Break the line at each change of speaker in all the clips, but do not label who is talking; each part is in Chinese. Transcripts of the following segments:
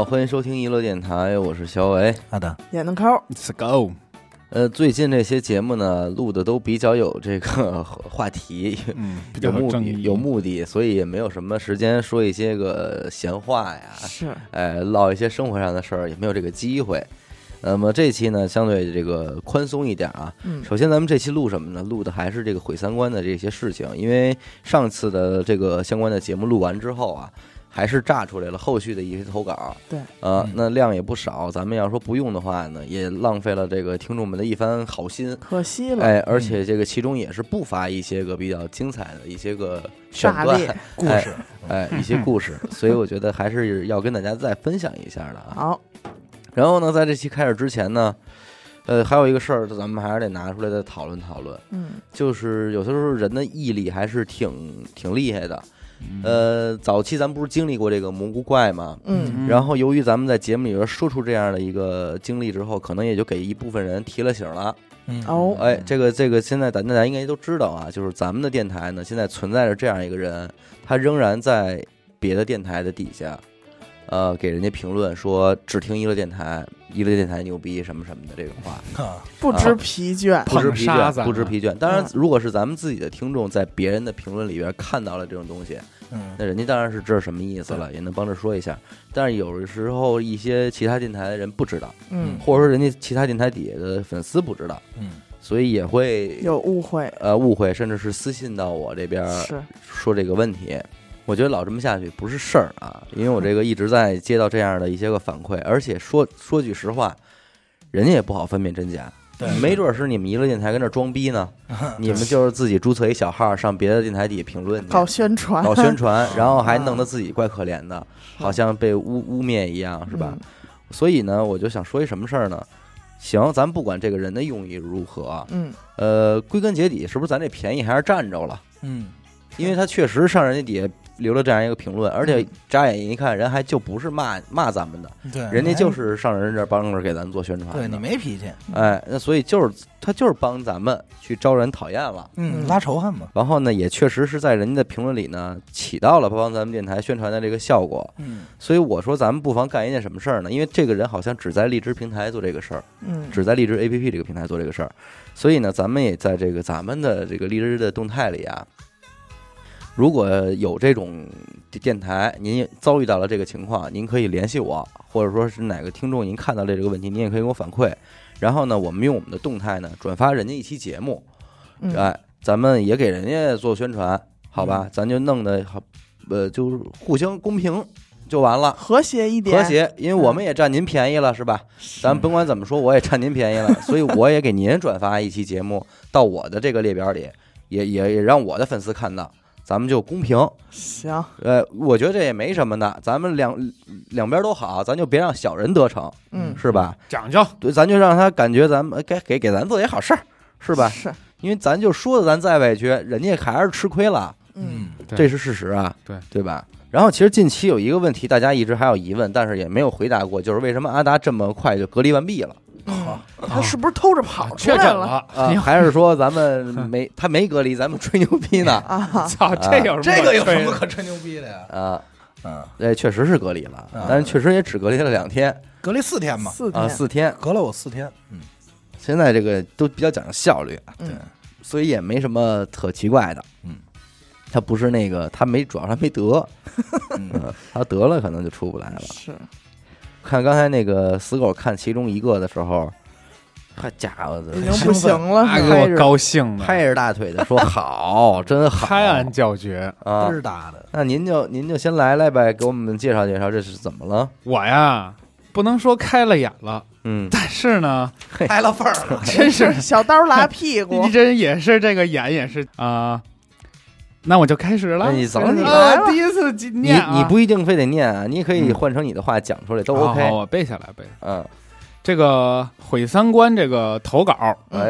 欢迎收听娱乐电台，我是小伟。
好的，
也能抠。
Let's go。
最近这些节目呢，录的都比较有这个话题，
比较
有目的，所以也没有什么时间说一些个闲话呀，
是，
唠一些生活上的事儿，也没有这个机会。那么这期呢，相对这个宽松一点啊。首先咱们这期录什么呢？录的还是这个毁三观的这些事情，因为上次的这个相关的节目录完之后啊，还是炸出来了后续的一些投稿。
对，
那量也不少。咱们要说不用的话呢，也浪费了这个听众们的一番好心，
可惜了。
而且这个其中也是不乏一些个比较精彩的一些个选段
故事，
一些故事，所以我觉得还是要跟大家再分享一下的啊。
好。
然后呢，在这期开始之前呢，还有一个事儿，咱们还是得拿出来再讨论讨论。就是有的时候人的毅力还是挺厉害的。早期咱们不是经历过这个蘑菇怪吗？然后由于咱们在节目里边说出这样的一个经历之后，可能也就给一部分人提了醒了。这个现在大家应该都知道啊，就是咱们的电台呢，现在存在着这样一个人，他仍然在别的电台的底下。给人家评论说只听娱乐电台，娱乐电台牛逼什么什么的这种话，
不知疲倦，
不知疲倦。当然，如果是咱们自己的听众在别人的评论里边看到了这种东西，那人家当然是知道什么意思了，也能帮着说一下。但是有的时候一些其他电台的人不知道，或者说人家其他电台底下的粉丝不知道，所以也会
有误会，
甚至是私信到我这边说这个问题。我觉得老这么下去不是事儿啊，因为我这个一直在接到这样的一些个反馈，而且说句实话，人家也不好分辨真假，没准是你们娱乐电台跟这装逼呢，你们就是自己注册一小号上别的电台底下评论
搞宣传，
然后还弄得自己怪可怜的，好像被污蔑一样，是吧？所以呢，我就想说一什么事儿呢？行，咱不管这个人的用意如何，归根结底，是不是咱这便宜还是占着了？因为他确实上人家底下留了这样一个评论，而且眨眼一看，人还就不是骂咱们的，
对，
人家就是上人这儿帮着给咱做宣传，
对你没脾气，
那所以他就是帮咱们去招人讨厌了，
拉仇恨嘛。
然后呢，也确实是在人家的评论里呢起到了帮咱们电台宣传的这个效果，所以我说咱们不妨干一件什么事儿呢？因为这个人好像只在荔枝平台做这个事儿，只在荔枝 APP 这个平台做这个事儿，所以呢，咱们也在这个咱们的这个荔枝的动态里啊。如果有这种电台，您遭遇到了这个情况，您可以联系我，或者说是哪个听众您看到这个问题，您也可以给我反馈。然后呢，我们用我们的动态呢转发人家一期节目，咱们也给人家做宣传，好吧？咱就弄得好，就是互相公平就完了，
和谐一点，
和谐，因为我们也占您便宜了，是吧？咱们甭管怎么说，我也占您便宜了，所以我也给您转发一期节目到我的这个列表里，也让我的粉丝看到。咱们就公平，
行，
我觉得这也没什么的，咱们两边都好，咱就别让小人得逞，是吧？
讲究，
对，咱就让他感觉咱们给咱做点好事儿，是吧？
是，
因为咱就说的咱再委屈，人家还是吃亏了，这是事实啊，对吧？然后其实近期有一个问题，大家一直还有疑问，但是也没有回答过，就是为什么阿达这么快就隔离完毕了？
他是不是偷着跑出来了？
还是说咱们他没隔离，咱们吹牛逼呢？
操，这有什么可吹牛逼的呀？
确实是隔离了，但是确实也只隔离了2天，
隔离4天嘛
，4天，
隔了我4天。
现在这个都比较讲究效率，
对，
所以也没什么特奇怪的。他不是那个，主要他没得，他得了可能就出不来了。
是。
看刚才那个死狗看其中一个的时候，他家伙的
已经不行了，
给我高兴的，
拍着大腿的说好，真好，
拍案叫绝
啊！
是大的。
那您就先来呗，给我们介绍介绍这是怎么了？
我呀，不能说开了眼了，但是呢，
开了份儿了，
真是
小刀拉屁股，
真也是这个眼也是啊。那我就开始了。
你走，你来
第一次念
你不一定非得念啊，你可以换成你的话讲出来都 OK。
好，我背下来。这个毁三观这个投稿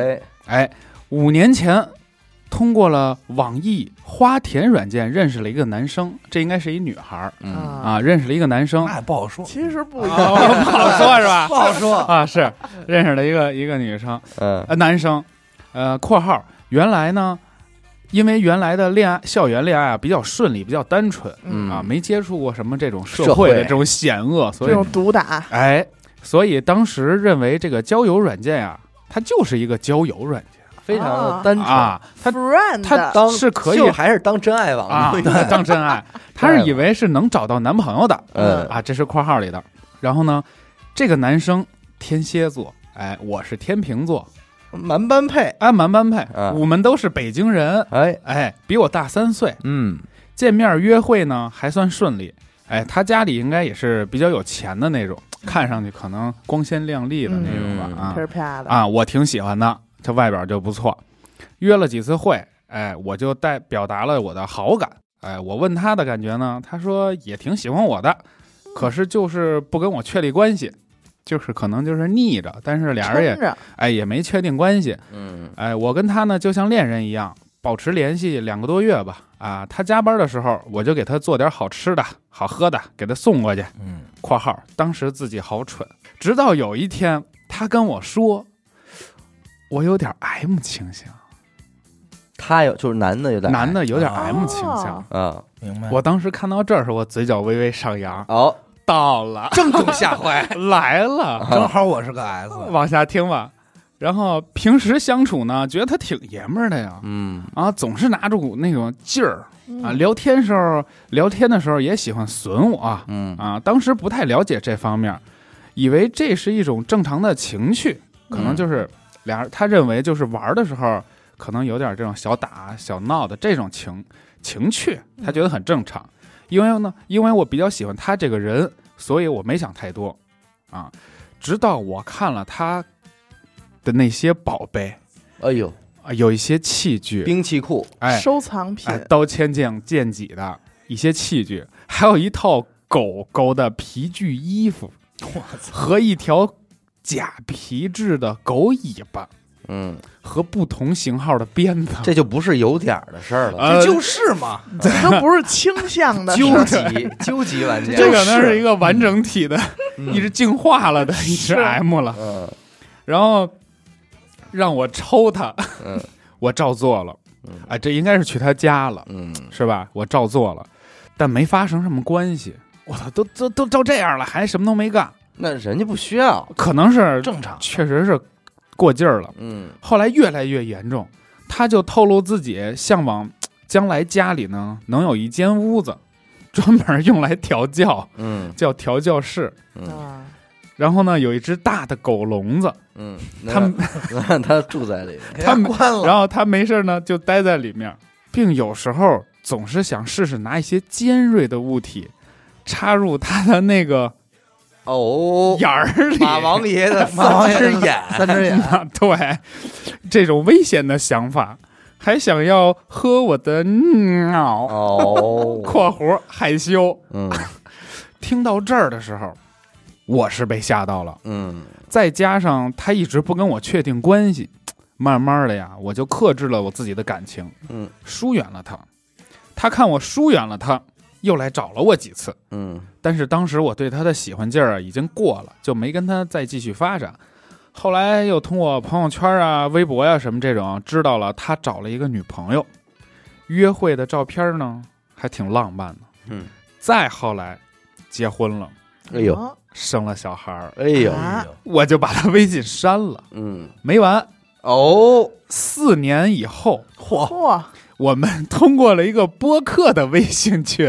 ，5年前通过了网易花田软件认识了一个男生，这应该是一女孩认识了一个男生，
那也不好说，
其实不
好说是吧？
不好说
啊，是认识了一个女生，男生，括号原来呢。 因为原来的校园恋爱啊比较顺利，比较单纯，没接触过什么这种社会的这种险恶，所以
这种毒打，
所以当时认为这个交友软件啊，它就是一个交友软件。
非常的单纯
啊，他当是可以
还是当真爱网
啊，当真爱，他是以为是能找到男朋友的，这是括号里的。然后呢，这个男生天蝎座，我是天秤座，
蛮般配，
蛮般配，我们都是北京人，比我大3岁，见面约会呢还算顺利，他家里应该也是比较有钱的那种，看上去可能光鲜亮丽的那种吧，啊，我挺喜欢的。他外表就不错，约了几次会，我就表达了我的好感，我问他的感觉呢，他说也挺喜欢我的，可是就是不跟我确立关系，就是可能就是腻着，但是俩人也没确定关系，我跟他呢就像恋人一样，保持联系2个多月吧，他加班的时候我就给他做点好吃的好喝的给他送过去，括号当时自己好蠢，直到有一天他跟我说。我有点 M 倾向，
他就是男的有点
M 倾向
明白。
我当时看到这儿时，我嘴角微微上扬，到了，
正中下怀
来了，
正好我是个 S，
往下听吧。然后平时相处呢，觉得他挺爷们儿的呀，总是拿着股那种劲儿聊天的时候也喜欢损我，当时不太了解这方面，以为这是一种正常的情绪，可能就是。他认为就是玩的时候可能有点这种小打小闹的这种情趣，他觉得很正常。因为我比较喜欢他这个人，所以我没想太多直到我看了他的那些宝贝，有一些器具，
兵器库，
收藏品，
刀枪剑戟的一些器具，还有一套狗的皮具衣服，和一条假皮质的狗尾巴，和不同型号的鞭子，
这就不是有点的事儿了，
这就是嘛，
这都不是倾向的
究极玩家，
这可能是一个完整体的，一直进化了的一只 M 了，然后让我抽他，我照做了，这应该是去他家了，是吧？我照做了，但没发生什么关系，我操，都这样了，还什么都没干。
那人家不需要，
可能是
正常，
确实是过劲儿了。后来越来越严重，他就透露自己向往将来家里呢能有一间屋子，专门用来调教，叫调教室。然后呢有一只大的狗笼子，
他住在里面，
他关了。
然后他没事呢就待在里面，并有时候总是想试试拿一些尖锐的物体插入他的那个。眼儿里，
马王爷的
3只眼，
对，这种危险的想法，还想要喝我的尿括弧害羞。听到这儿的时候，我是被吓到了。再加上他一直不跟我确定关系，慢慢的呀，我就克制了我自己的感情，疏远了他。他看我疏远了他，又来找了我几次，但是当时我对他的喜欢劲儿已经过了，就没跟他再继续发展。后来又通过朋友圈啊、微博呀什么这种知道了他找了一个女朋友，约会的照片呢还挺浪漫的。再后来结婚了，生了小孩，我就把他微信删了。没完，4年以后，我们通过了一个播客的微信群。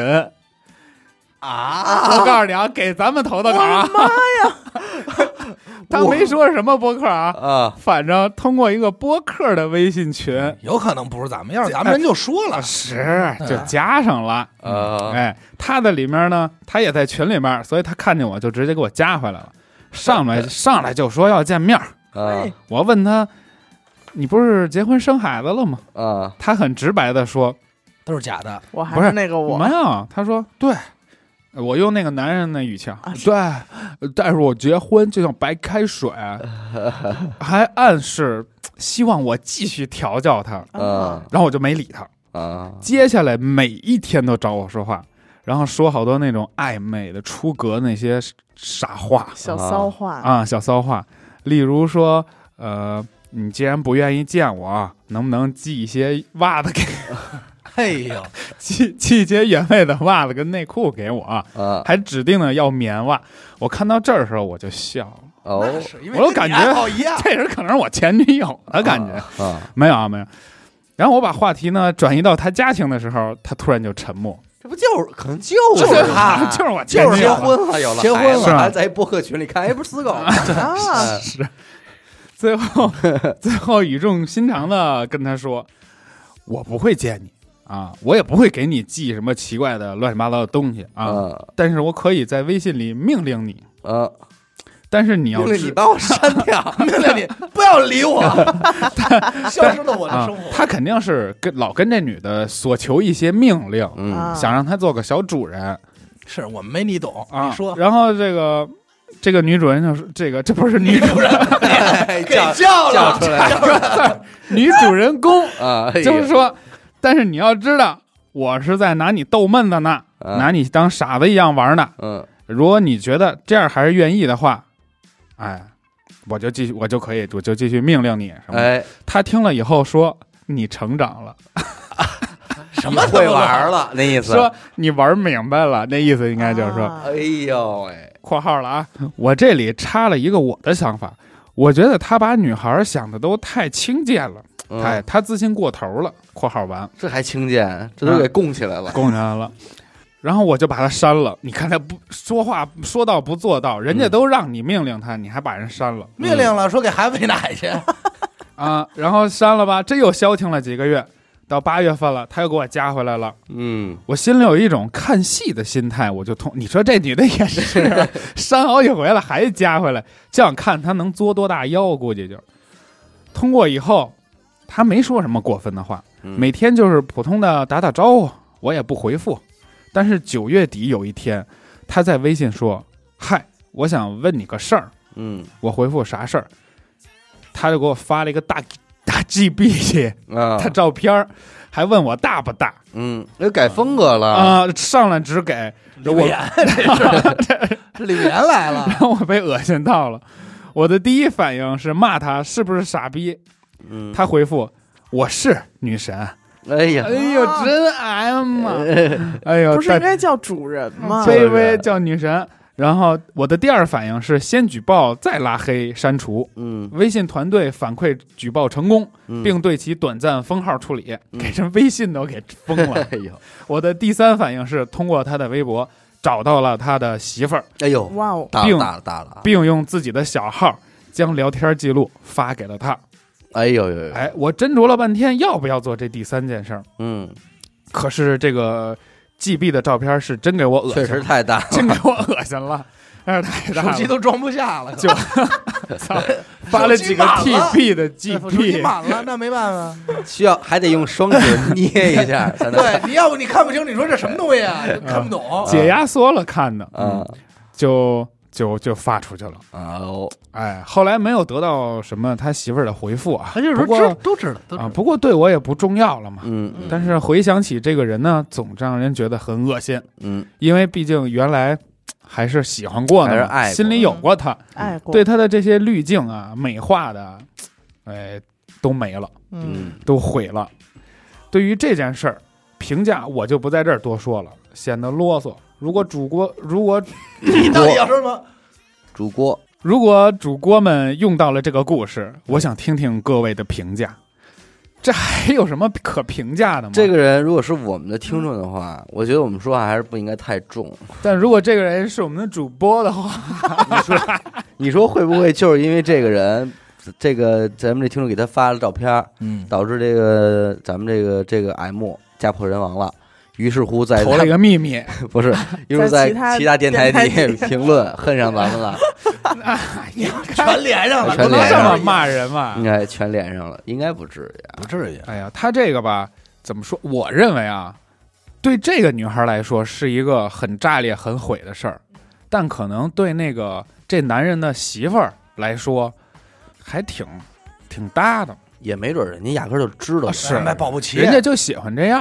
我告诉你啊，给咱们投的稿啊！
妈呀，
他没说什么播客反正通过一个播客的微信群，
有可能不是咱们，要是咱们人就说了，
就加上了。他的里面呢，他也在群里面，所以他看见我就直接给我加回来了。上来就说要见面。我问他，你不是结婚生孩子了吗？他很直白的说，
都是假的。
我还是那个我
没有，他说对。我用那个男人的语气，对，但是我结婚就像白开水，还暗示希望我继续调教他，然后我就没理他，接下来每一天都找我说话，然后说好多那种暧昧的出格那些傻话，
小骚话
小骚话，例如说你既然不愿意见我，能不能寄一些袜子给
哎呦，
寄一些原味的袜子跟内裤给我，还指定的要棉袜。我看到这儿的时候我就笑了。
我
都感觉这人可能是我前女友的感觉。没有。然后我把话题呢转移到他家庭的时候，他突然就沉默。
这不就是可能就是他，
就是我
前女友，结婚了，有了
结婚了，
还在播客群里看，哎，不是死狗吗？
是。最后语重心长的跟他说：“我不会见你啊，我也不会给你寄什么奇怪的乱七八糟的东西啊，但是我可以在微信里命令你但是你要
命令你把我删掉，
命令你不要理我，消失了我的生活。
他肯定是老跟这女的索求一些命令，想让她做个小主人。
是我们没你懂，你说。
然后这个女主人就说：“这不是女主人，
给叫
出来，
女主人公就是说，但是你要知道，我是在拿你逗闷子呢，拿你当傻子一样玩呢。如果你觉得这样还是愿意的话。”哎，我就继续命令你什么？哎，他听了以后说：“你成长了，
什么会玩了？那意思
说你玩明白了，那意思应该就是说，
哎呦喂，
括号了啊！我这里插了一个我的想法，我觉得他把女孩想的都太轻贱了，他自信过头了。括号完，
这还轻贱，这都给供起来了，
供起来了。”然后我就把他删了。你看他不说话，说到不做到，人家都让你命令他，你还把人删了。
命令了，说给孩子喂奶去
然后删了吧，这又消停了几个月，到8月份了，他又给我加回来了。我心里有一种看戏的心态，我就你说这女的也是删好几回了，还加回来，这样看他能作多大妖，估计就通过以后，他没说什么过分的话，每天就是普通的打打招呼，我也不回复。但是9月底有一天，他在微信说：“嗨，我想问你个事儿。”我回复啥事儿，他就给我发了一个大 GB 去他照片，还问我大不大。
又改风格了
上来只给
留言，这留言来了，
然后我被恶心到了。我的第一反应是骂他是不是傻逼。他回复：“我是女神。”哎呦，真矮嘛！哎呦，
不是应该叫主人吗？
微微叫女神。然后我的第二反应是先举报，再拉黑删除。微信团队反馈举报成功，并对其短暂封号处理，给这微信都给封了。哎呦，我的第三反应是通过他的微博找到了他的媳妇儿。
哎呦，
哇哦，
大了，
并用自己的小号将聊天记录发给了他。
哎呦，
我斟酌了半天，要不要做这第3件事儿？可是这个 GB 的照片是真给我恶心，
确实太大了，
真给我恶心了，但是太大了，
手机都装不下了，
就发了几个 TB 的 GB，
手机满了，那没办法，
还得用双指捏一下。
对，你要不你看不清，你说这什么东西啊？看不懂，
解压缩了看的，就发出去了。后来没有得到什么他媳妇儿的回复啊。
就是说都知道
啊，不过对我也不重要了嘛。但是回想起这个人呢，总让人觉得很恶心。因为毕竟原来还是喜欢过的，心里有过他，
爱过，
对他的这些滤镜啊、美化的，都没了，都毁了。对于这件事儿，评价我就不在这儿多说了，显得啰嗦。如果
你到底要说什么？
如果主播们用到了这个故事，我想听听各位的评价。这还有什么可评价的吗？
这个人如果是我们的听众的话，我觉得我们说话还是不应该太重。
但如果这个人是我们的主播的话，
你说会不会就是因为这个人，咱们这听众给他发了照片，导致咱们这个 M 家破人亡了？于是乎在
投了一个秘密，
不是，于是在其他电台底评论恨上咱们了，
全连上了，
不能这么骂人嘛？
应该全连上了，应该不至于，
不至于。
哎呀，他这个吧，怎么说？我认为啊，对这个女孩来说是一个很炸裂、很毁的事儿，但可能对这男人的媳妇儿来说，还挺搭的。
也没准人家压根就知道
是保不齐，
人家就喜欢这样的。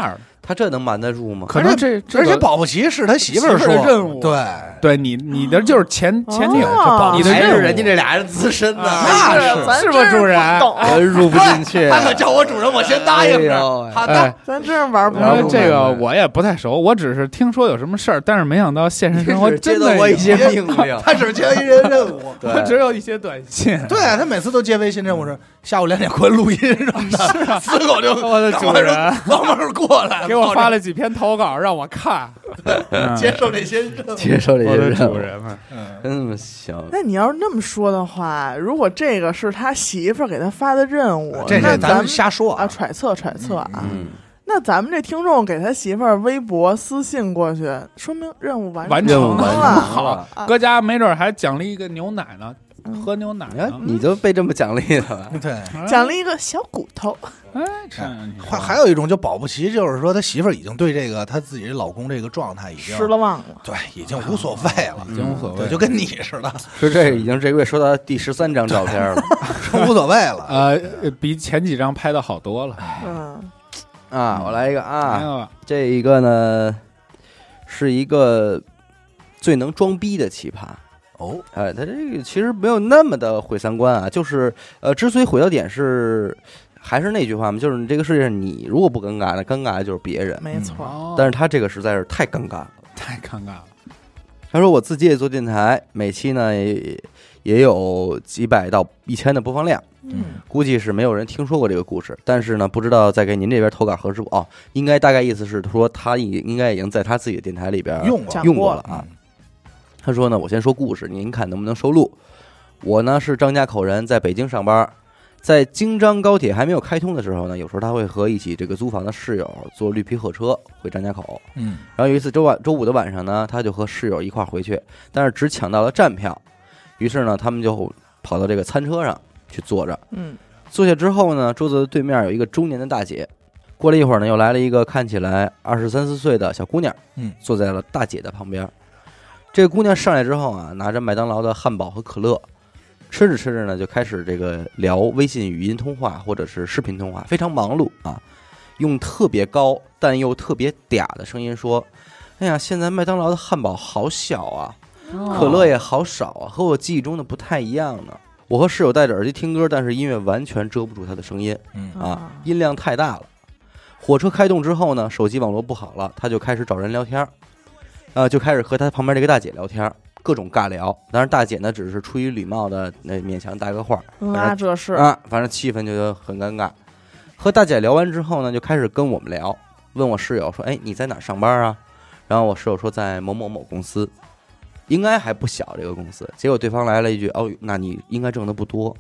他这能瞒得住吗？
可能而
且保不齐是他媳妇儿
的任务。对，你的就是前女友，你的任务，
人家这俩人资深的，
那
是吧，主人？
入不进去，
他可叫我主人，我先答应着。好的，
咱真是玩不了。
这个我也不太熟，我只是听说有什么事儿，但是没想到现实生活真的
我一些命令，
他只接一些任务，
我只有一些短信。
对啊，他每次都接微信任务是下午2点过来录音什么的，死狗就
我的主人
老妹过来，
给我发了几篇投稿让我看，
接受这些任务，
接受这些任务，
主人们，
真行。
那你要是那么说的话，如果这个是他媳妇儿给他发的任务，
那咱们瞎说
啊，揣测啊。那咱们这听众给他媳妇儿微博私信过去，说明任务完成了。
好，搁家没准还奖励一个牛奶呢。喝牛奶，
你就被这么奖励了，
对，
奖励一个小骨头。
还有一种就保不齐，就是说他媳妇儿已经对这个他自己老公这个状态已经
失了望了，
对，已经无所谓了，
已经无所谓，
就跟你似的。
说这已经这个月收到第13张照片了，
无所谓了。
比前几张拍的好多了。
我来一个啊，这一个呢是一个最能装逼的奇葩。他这个其实没有那么的毁三观啊，就是之所以毁到点是，还是那句话嘛，就是你这个世界上你如果不尴尬，那尴尬的就是别人，
没错。
但是他这个实在是太尴尬了，
太尴尬了。
他说我自己也做电台，每期呢也有几百到1000的播放量，估计是没有人听说过这个故事，但是呢，不知道在给您这边投稿合适不？应该大概意思是说他应该已经在他自己的电台里边用过了啊。他说呢，我先说故事，您看能不能收录。我呢是张家口人，在北京上班，在京张高铁还没有开通的时候呢，有时候他会和一起这个租房的室友坐绿皮火车回张家口。然后有一次周五的晚上呢，他就和室友一块回去，但是只抢到了站票，于是呢，他们就跑到这个餐车上去坐着。坐下之后呢，桌子的对面有一个中年的大姐。过了一会儿呢，又来了一个看起来23、24岁的小姑娘，坐在了大姐的旁边。这个姑娘上来之后啊，拿着麦当劳的汉堡和可乐，吃着吃着呢，就开始这个聊微信语音通话或者是视频通话，非常忙碌啊，用特别高但又特别嗲的声音说：“哎呀，现在麦当劳的汉堡好小啊，可乐也好少啊，和我记忆中的不太一样呢。”我和室友戴着耳机听歌，但是音乐完全遮不住她的声音，音量太大了。火车开动之后呢，手机网络不好了，他就开始找人聊天。就开始和他旁边这个大姐聊天，各种尬聊。当然，大姐呢只是出于礼貌的勉强搭个话。
这是
反正气氛就很尴尬。和大姐聊完之后呢，就开始跟我们聊，问我室友说：“哎，你在哪上班啊？”然后我室友说在某某某公司，应该还不小这个公司。结果对方来了一句：“哦，那你应该挣得不多。”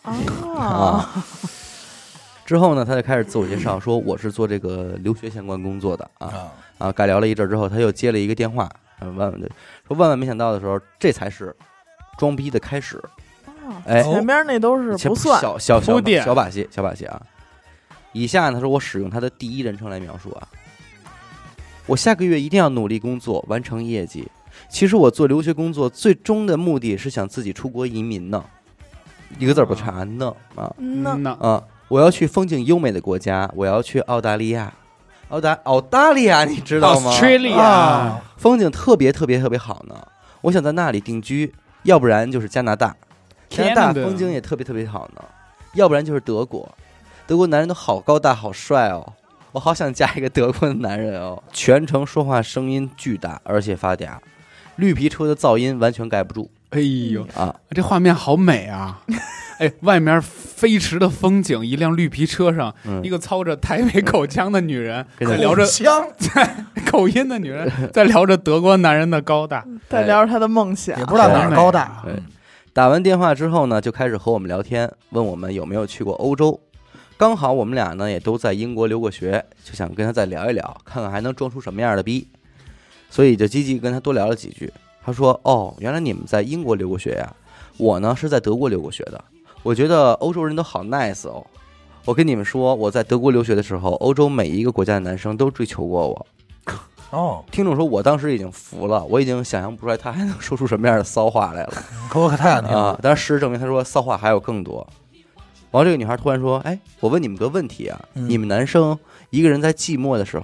之后呢，他就开始自我介绍，说我是做这个留学相关工作的尬聊了一阵之后，他又接了一个电话，万没想到的时候，这才是装逼的开始。
前边那都是不算
小把戏啊。以下呢，他说我使用他的第一人称来描述啊，我下个月一定要努力工作，完成业绩。其实我做留学工作最终的目的是想自己出国移民呢，一个字不差呢我要去风景优美的国家，我要去澳大利亚。澳大利亚你知道吗？
Australia
风景特别好呢，我想在那里定居，要不然就是加拿大风景也特别好呢，要不然就是德国男人都好高大好帅哦，我好想嫁一个德国的男人哦。全程说话声音巨大，而且发嗲，绿皮车的噪音完全盖不住。
哎呦这画面好美啊！外面飞驰的风景，一辆绿皮车上，一个操着台北口腔的女人在聊着口音的女人在聊着德国男人的高大，
在聊着他的梦想，
也不知道哪儿高大。
打完电话之后呢，就开始和我们聊天，问我们有没有去过欧洲。刚好我们俩呢也都在英国留过学，就想跟他再聊一聊，看看还能装出什么样的逼，所以就积极跟他多聊了几句。他说：“哦，原来你们在英国留过学呀？我呢是在德国留过学的。我觉得欧洲人都好 nice 哦。我跟你们说，我在德国留学的时候，欧洲每一个国家的男生都追求过我。听众说，我当时已经服了，我已经想象不出来他还能说出什么样的骚话来了。
可我可太想听了
但是事实证明，他说骚话还有更多。然后这个女孩突然说：“哎，我问你们个问题啊，你们男生一个人在寂寞的时候，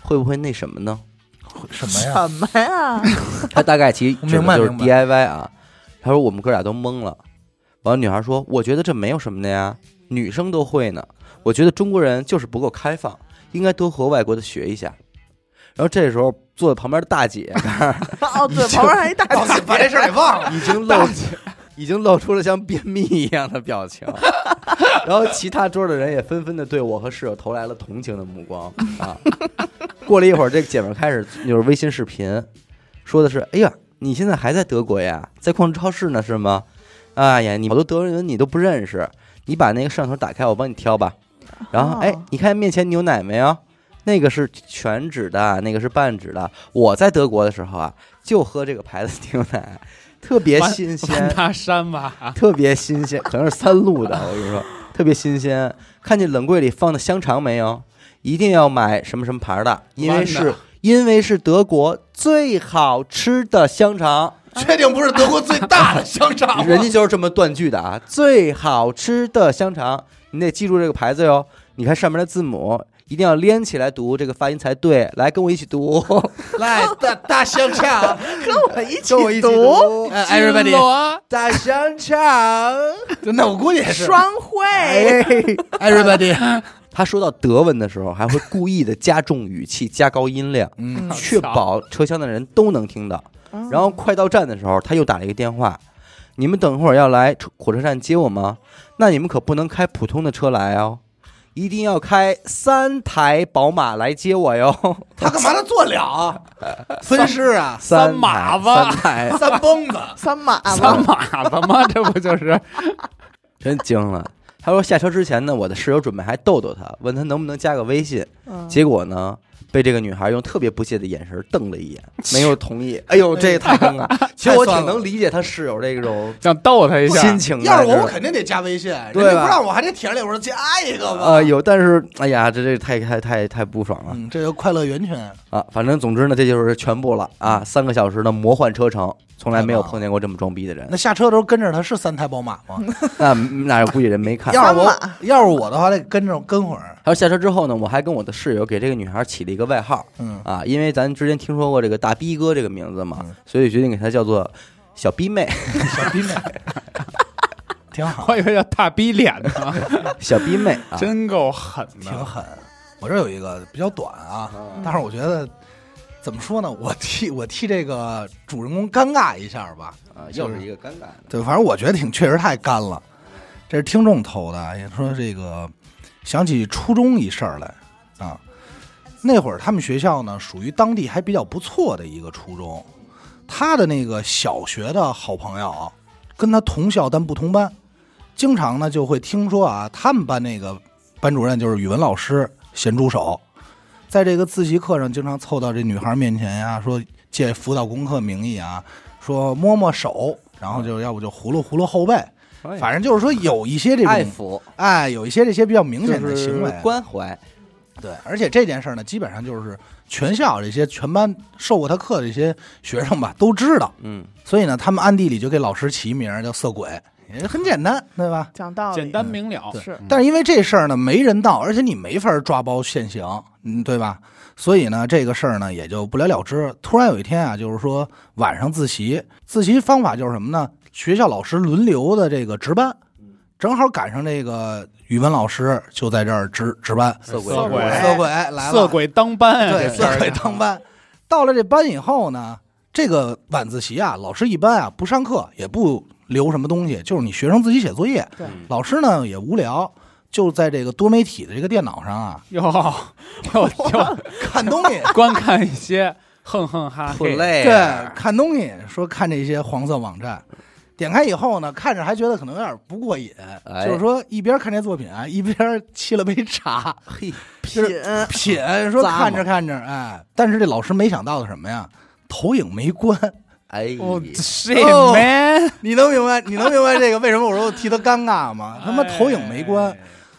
会不会那什么呢？
什么呀？
什么呀？
他大概其指的就是 DIY 啊。他说我们哥俩都懵了。完了，女孩说：“我觉得这没有什么的呀，女生都会呢。我觉得中国人就是不够开放，应该多和外国的学一下。”然后这时候坐在旁边的大姐，
哦，对，旁边还一大姐，
把这事给忘了，
已经露出了像便秘一样的表情。然后其他桌的人也纷纷的对我和室友投来了同情的目光啊。过了一会儿，这个姐妹开始就是微信视频，说的是：“哎呀，你现在还在德国呀？在逛超市呢是吗？哎呀，你好多德国人你都不认识，你把那个摄像头打开，我帮你挑吧。然后，哎，你看面前牛奶没有？那个是全脂的，那个是半脂的。我在德国的时候啊，就喝这个牌子牛奶，特别新鲜。
大山吧，
特别新鲜，可能是3鹿的。我跟你说，特别新鲜。看见冷柜里放的香肠没有？一定要买什么什么牌的，因为是德国最好吃的香肠。”
确定不是德国最大的香肠吗？
人家就是这么断句的啊！最好吃的香肠，你得记住这个牌子哟。你看上面的字母，一定要连起来读，这个发音才对。来，跟我一起读。
来，大香肠，
跟我一起读。
Everybody， 大香肠。那我估计也是
双汇。
Everybody。
他说到德文的时候，还会故意的加重语气、加高音量，确保车厢的人都能听到。然后快到站的时候，他又打了一个电话：“你们等会儿要来火车站接我吗？那你们可不能开普通的车来哦，一定要开3台宝马来接我哟。”
他干嘛他做了啊？分尸啊
？3
马子
，3台
，3蹦子
，3马子
吗？这不就是
真惊了。他说下车之前呢，我的室友准备还逗逗他，问他能不能加个微信。结果呢，被这个女孩用特别不屑的眼神瞪了一眼，没有同意。哎呦，这也太尴尬！其实我挺能理解他室友这种
想逗他一下
心情。
要是我肯定得加微信，
对吧？
不让我还得舔脸，我说加一个吧。
有，但是哎呀，这太不爽了。
这个快乐源泉
啊，反正总之呢，这就是全部了啊！3个小时的魔幻车程，从来没有碰见过这么装逼的人。
那下车的时候跟着他是3台宝马吗？
那估计人没看。
要是我的话，得跟会儿。
还有下车之后呢，我还跟我的室友给这个女孩起了一个外号，因为咱之前听说过这个大逼哥这个名字嘛，所以决定给她叫做小逼妹。
小逼妹，挺好。
我以为叫大逼脸呢。
小逼妹，
真够狠的，
挺狠。我这有一个比较短啊，但是我觉得怎么说呢，我替这个主人公尴尬一下吧。
又是一个尴尬的。
对，反正我觉得确实太干了。这是听众投的，也说这个想起初中一事儿来啊。那会儿他们学校呢属于当地还比较不错的一个初中，他的那个小学的好朋友跟他同校但不同班，经常呢就会听说啊，他们班那个班主任就是语文老师咸猪手，在这个自习课上经常凑到这女孩面前呀，说借辅导功课名义啊，说摸摸手，然后就要不就葫芦葫芦后背。反正就是说有一些这种
爱抚，
有一些这些比较明显的行为，
关怀。
对，而且这件事呢，基本上就是全校这些全班受过他课的这些学生吧都知道。所以呢，他们暗地里就给老师起名叫色鬼，也很简单，对吧？
讲道理，
简单明了。
是，
但是因为这事儿呢没人到，而且你没法抓包现行，对吧？所以呢，这个事儿呢也就不了了之。突然有一天啊，就是说晚上自习方法就是什么呢？学校老师轮流的这个值班，正好赶上这个语文老师就在这儿值班。
色鬼
来了，
色鬼当班啊！
对，色鬼当班。到了这班以后呢，这个晚自习啊，老师一般啊不上课，也不留什么东西，就是你学生自己写作业。
对，
老师呢也无聊，就在这个多媒体的这个电脑上啊，
就
看东西，
观看一些哼哼哈嘿，
对，看东西，说看这些黄色网站。点开以后呢，看着还觉得可能有点不过瘾，就是说一边看这作品啊，一边沏了杯茶，品，说看着看着，但是这老师没想到的什么呀？投影没关，
shit man，
你能明白这个为什么我说我替他尴尬吗？他妈投影没关，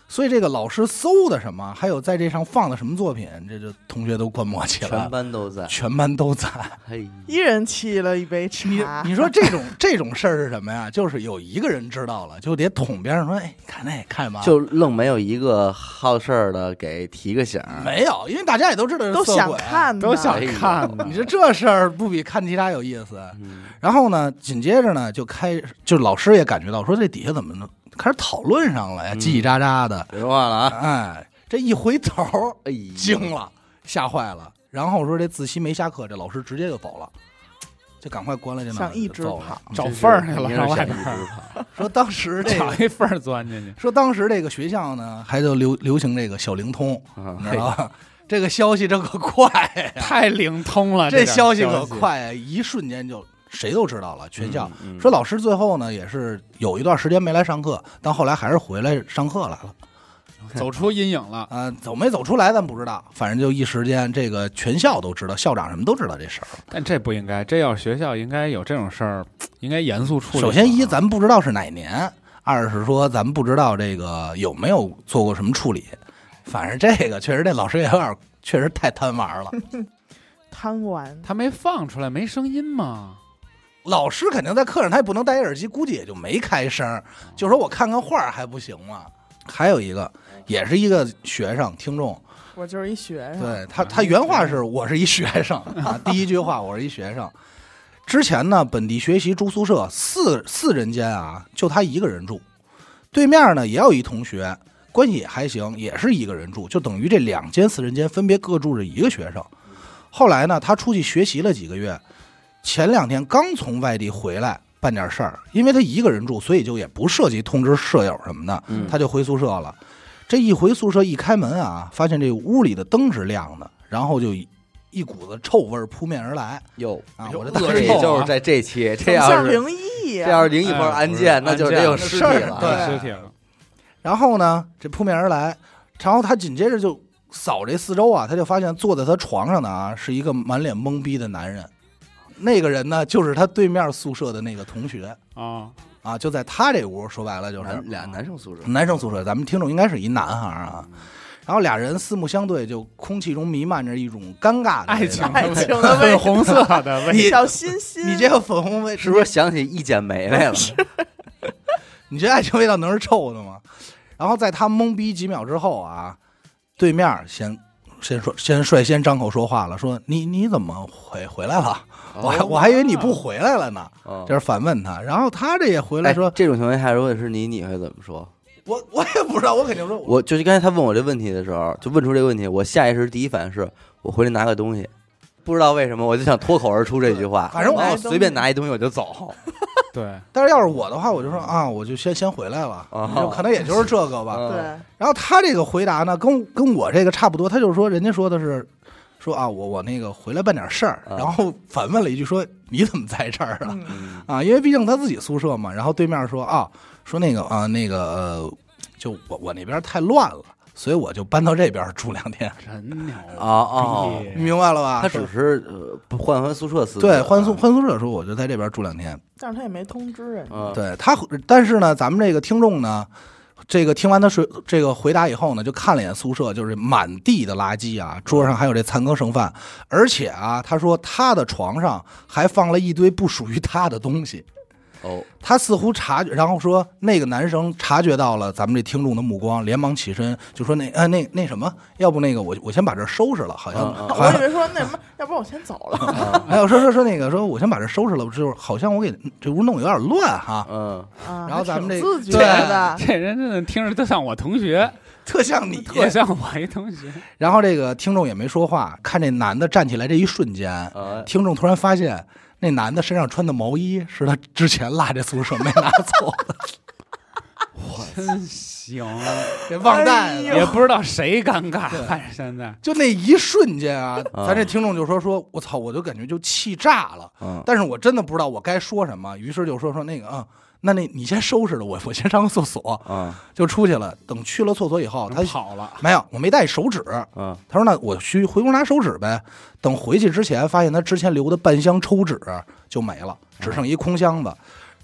所以这个老师搜的什么，还有在这上放的什么作品，这就同学都观摩起来了，全班都在，
一人沏了一杯茶。
你说这种事儿是什么呀？就是有一个人知道了，就得捅边上说，哎，看那看嘛，
就愣没有一个好事儿的给提个醒。
没有，因为大家也都知道
都想看，
都想看。
你说这事儿不比看其他有意思？然后呢，紧接着呢就老师也感觉到说这底下怎么能开始讨论上了呀，叽叽喳喳的，
别说话了啊！
哎，这一回头，惊了，吓坏了。然后说这自习没下课，这老师直接就走了，就赶快关了这门，
想一直跑，
找缝儿去了，上外边
说当时
找一缝儿钻进去。
说当时这个学校呢，还就流行这个小灵通，你知道吧？这个消息这可快呀，
太灵通了，
这消息可快呀，一瞬间就。谁都知道了，全校说老师最后呢也是有一段时间没来上课，但后来还是回来上课来了，
走出阴影了。
走没走出来咱不知道，反正就一时间这个全校都知道，校长什么都知道这事儿。
但这不应该，这要学校应该有这种事儿，应该严肃处理。
首先咱们不知道是哪年，二是说咱们不知道这个有没有做过什么处理。反正这个确实这老师也有点确实太贪玩了，
贪玩。
他没放出来，没声音吗？
老师肯定在课上，他也不能戴耳机，估计也就没开声，就说我看看画还不行吗？还有一个，也是一个学生听众，
我就是一学生。
对他原话是我是一学生啊，第一句话我是一学生。之前呢，本地学习住宿舍四人间啊，就他一个人住，对面呢也有一同学，关系也还行，也是一个人住，就等于这2间4人间分别各住着一个学生。后来呢，他出去学习了几个月。前2天刚从外地回来办点事儿，因为他一个人住，所以就也不涉及通知舍友什么的，他就回宿舍了。这一回宿舍一开门啊，发现这屋里的灯是亮的，然后就一股子臭味扑面而来。
哟
啊，我这
就是在这期，这要是灵异，这要是灵异或者案件，那就是有尸体了，
对，
尸体了。
然后呢，这扑面而来，然后他紧接着就扫这四周啊，他就发现坐在他床上的啊是一个满脸懵逼的男人。那个人呢，就是他对面宿舍的那个同学啊，就在他这屋，说白了就是
俩男生宿
舍，咱们听众应该是一男孩啊。然后俩人四目相对，就空气中弥漫着一种尴尬的
爱情
的
粉红色的味，
小心心。
你这个粉红味
是不是想起一剪梅来了？
你这爱情味道能是臭的吗？然后在他懵逼几秒之后啊，对面先率先张口说话了，说你怎么回来了？我还以为你不回来了呢，就是反问他。然后他这也回来说，
这种情况下如果是你会怎么说？
我也不知道，我肯定说，
我就是刚才他问我这问题的时候，就问出这个问题，我下意识第一反应是我回来拿个东西，不知道为什么我就想脱口而出这句话，
反正
我随便拿一东西我就走。
对，
但是要是我的话，我就说啊，我就先回来了，可能也就是这个吧。
对。
然后他这个回答呢，跟我这个差不多，他就是说，人家说的是。说啊，我那个回来办点事儿，然后反问了一句说你怎么在这儿了？啊，因为毕竟他自己宿舍嘛。然后对面说啊，说那个就我那边太乱了，所以我就搬到这边住2天。
真牛
明白了吧？
他只是换宿舍
对，换宿舍说我就在这边住2天，
但是他也没通知人。
对他，但是呢，咱们这个听众呢。这个听完他这个回答以后呢，就看了一眼宿舍，就是满地的垃圾啊，桌上还有这残羹剩饭，而且啊，他说他的床上还放了一堆不属于他的东西。他似乎察觉，然后说那个男生察觉到了咱们这听众的目光，连忙起身就说那什么，要不那个我先把这收拾了，好像
我以为说那什么，要不然我先走了。
还有说那个说我先把这收拾了，就是好像我给这屋弄有点乱哈。然后咱们这
自觉的，
这人真的听着特像我同学，
特像你，
特像我一同学。
然后这个听众也没说话，看这男的站起来这一瞬间，听众突然发现。那男的身上穿的毛衣是他之前落在宿舍没拿走的，
我真行，
给忘带了，
也不知道谁尴尬。现在
就那一瞬间啊，咱这听众就说我操，我就感觉就气炸了，但是我真的不知道我该说什么，于是就说那个那你先收拾了，我先上个厕所，就出去了。等去了厕所以后，他
跑了，
没有，我没带手纸，他说那我去回屋拿手纸呗。等回去之前，发现他之前留的半箱抽纸就没了，只剩一空箱子。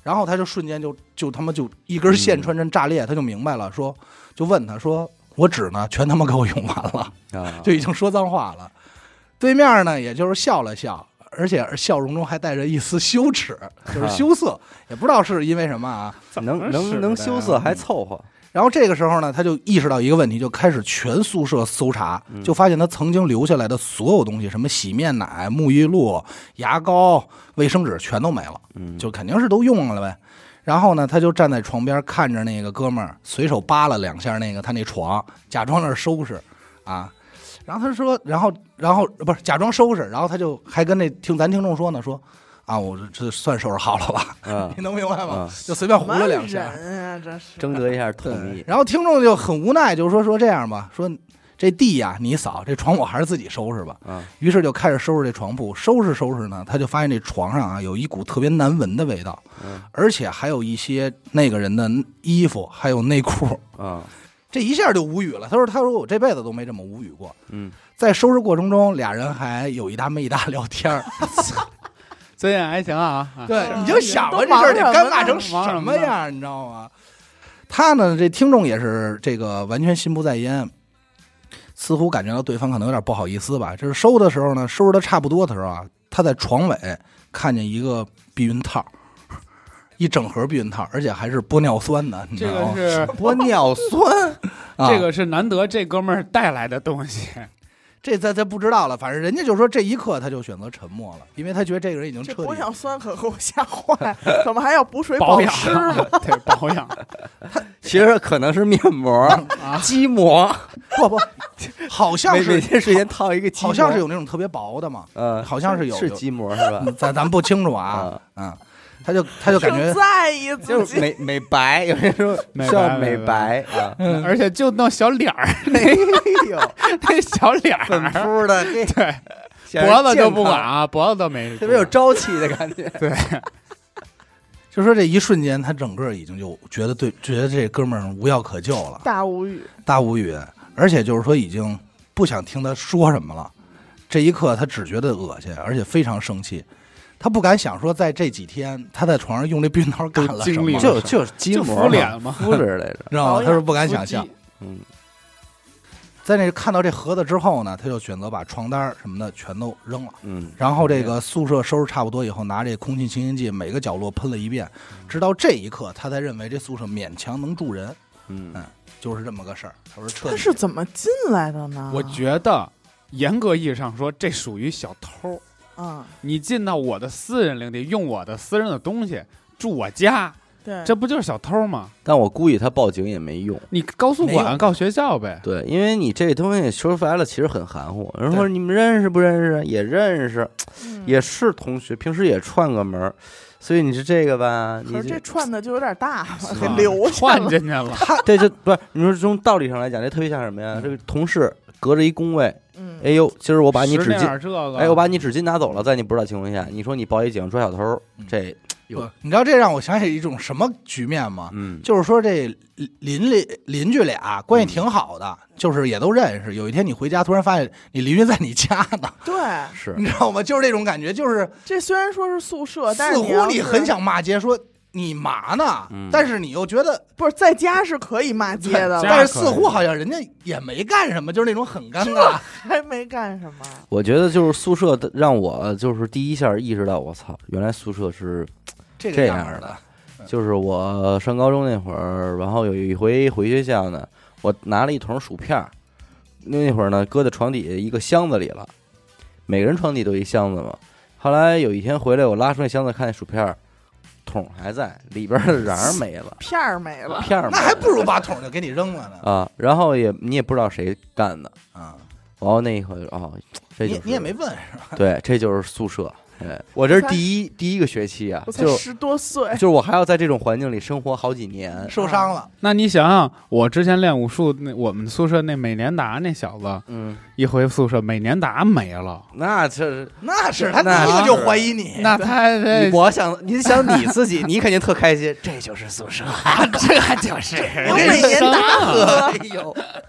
然后他就瞬间就他妈就一根线穿针炸裂，他就明白了，说就问他说我纸呢全他妈给我用完了就已经说脏话了。对面呢也就是笑了笑，而且笑容中还带着一丝羞耻，就是羞涩，也不知道是因为什么啊，
能羞涩还凑合。
然后这个时候呢，他就意识到一个问题，就开始全宿舍搜查，就发现他曾经留下来的所有东西，什么洗面奶、沐浴露、牙膏、卫生纸全都没了，就肯定是都用了呗。然后呢，他就站在床边看着那个哥们儿随手扒了2下那个他那床，假装那儿收拾啊。然后他说，然后不是假装收拾，然后他就还跟咱听众说呢，说啊，我这算收拾好了吧？你能明白吗？就随便胡了2下，
征得一下同意。
然后听众就很无奈，就说这样吧，说这地呀你扫，这床我还是自己收拾吧。于是就开始收拾这床铺，收拾呢，他就发现这床上啊有一股特别难闻的味道，而且还有一些那个人的衣服还有内裤这一下就无语了。他说我这辈子都没这么无语过。在收拾过程中，俩人还有一搭没一搭聊天
尊严还行啊。
对，你就想吧，这事儿得尴尬成什么样，你知道吗？他呢，这听众也是这个完全心不在焉，似乎感觉到对方可能有点不好意思吧。就是收的时候呢，收拾的差不多的时候啊，他在床尾看见一个避孕套，一整盒避孕套，而且还是玻尿酸的。
这个是
玻尿酸，
这个是难得这哥们儿带来的东西。
这咱不知道了，反正人家就说这一刻他就选择沉默了，因为他觉得这个人已经彻底。
玻尿酸可给我吓坏，怎么还要补水保湿？
对，保养。
其实可能是面膜、筋膜，
不，好像是
每天睡前套一个筋膜，
好像是有那种特别薄的嘛，好像是有
是筋膜是吧？
咱不清楚啊，他就感觉
在意自己，
就是美白，有人说需要美白啊，
而且就弄小脸儿，那小脸儿
粉扑的，
对，脖子就不管啊，脖子都没，
特别有朝气的感觉。
对，
就说这一瞬间，他整个已经就觉得这哥们儿无药可救了，
大无语，
而且就是说已经不想听他说什么了。这一刻，他只觉得恶心，而且非常生气。他不敢想说，在这几天他在床上用这避孕套干了什么，
就是筋膜
敷脸嘛，
敷着来着，
知道吗？他说不敢想象。在那看到这盒子之后呢，他就选择把床单什么的全都扔了。然后这个宿舍收拾差不多以后，拿这空气清新剂每个角落喷了一遍，直到这一刻，他才认为这宿舍勉强能住人。就是这么个事儿。他说
他是怎么进来的呢？
我觉得严格意义上说，这属于小偷。你进到我的私人领地，用我的私人的东西住我家，
对，
这不就是小偷吗？
但我估计他报警也没用，
你告诉管告学校呗。
对，因为你这东西说白了其实很含糊。有人说你们认识不认识？也认识，也是同学，平时也串个门，所以你是这个吧？
可是这串的就有点大了，给留下
串进去了。
这就不是你说从道理上来讲，这特别像什么呀？这个同事隔着一工位。哎呦，今儿我把你纸巾，我把你纸巾拿走了，在你不知道情况下，你说你报一警抓小偷，这
你知道这让我想起一种什么局面吗？就是说这邻居俩关系挺好的，就是也都认识。有一天你回家，突然发现你邻居在你家呢，
对，
是
你知道吗？就是这种感觉，就是
这虽然说是宿舍，但
是似乎你很想骂街说。你嘛呢？但是你又觉得
不是在家是可以骂街的，
但是似乎好像人家也没干什么，就是那种很尴尬，
还没干什么。
我觉得就是宿舍让我就是第一下意识到，我操，原来宿舍是这样的。就是我上高中那会儿，然后有一回回学校呢，我拿了一桶薯片，那会儿呢搁在床底下一个箱子里了，每个人床底都有一箱子嘛。后来有一天回来，我拉出那箱子看那薯片。桶还在里边的瓤没了，
片儿没了，
那还不如把桶就给你扔了呢
啊！然后你也不知道谁干的啊，然后那一会这就是
你也没问是吧？
对，这就是宿舍。我这是第一个学期啊，
就10多岁，
就是我还要在这种环境里生活好几年，
受伤了。
那你想想，我之前练武术，我们宿舍那美年达那小子，一回宿舍美年达没了，
那是他第一个就怀疑你，
那他
我想你想你自己，你肯定特开心，这就是宿舍，
这就是
有美年达，
哎呦，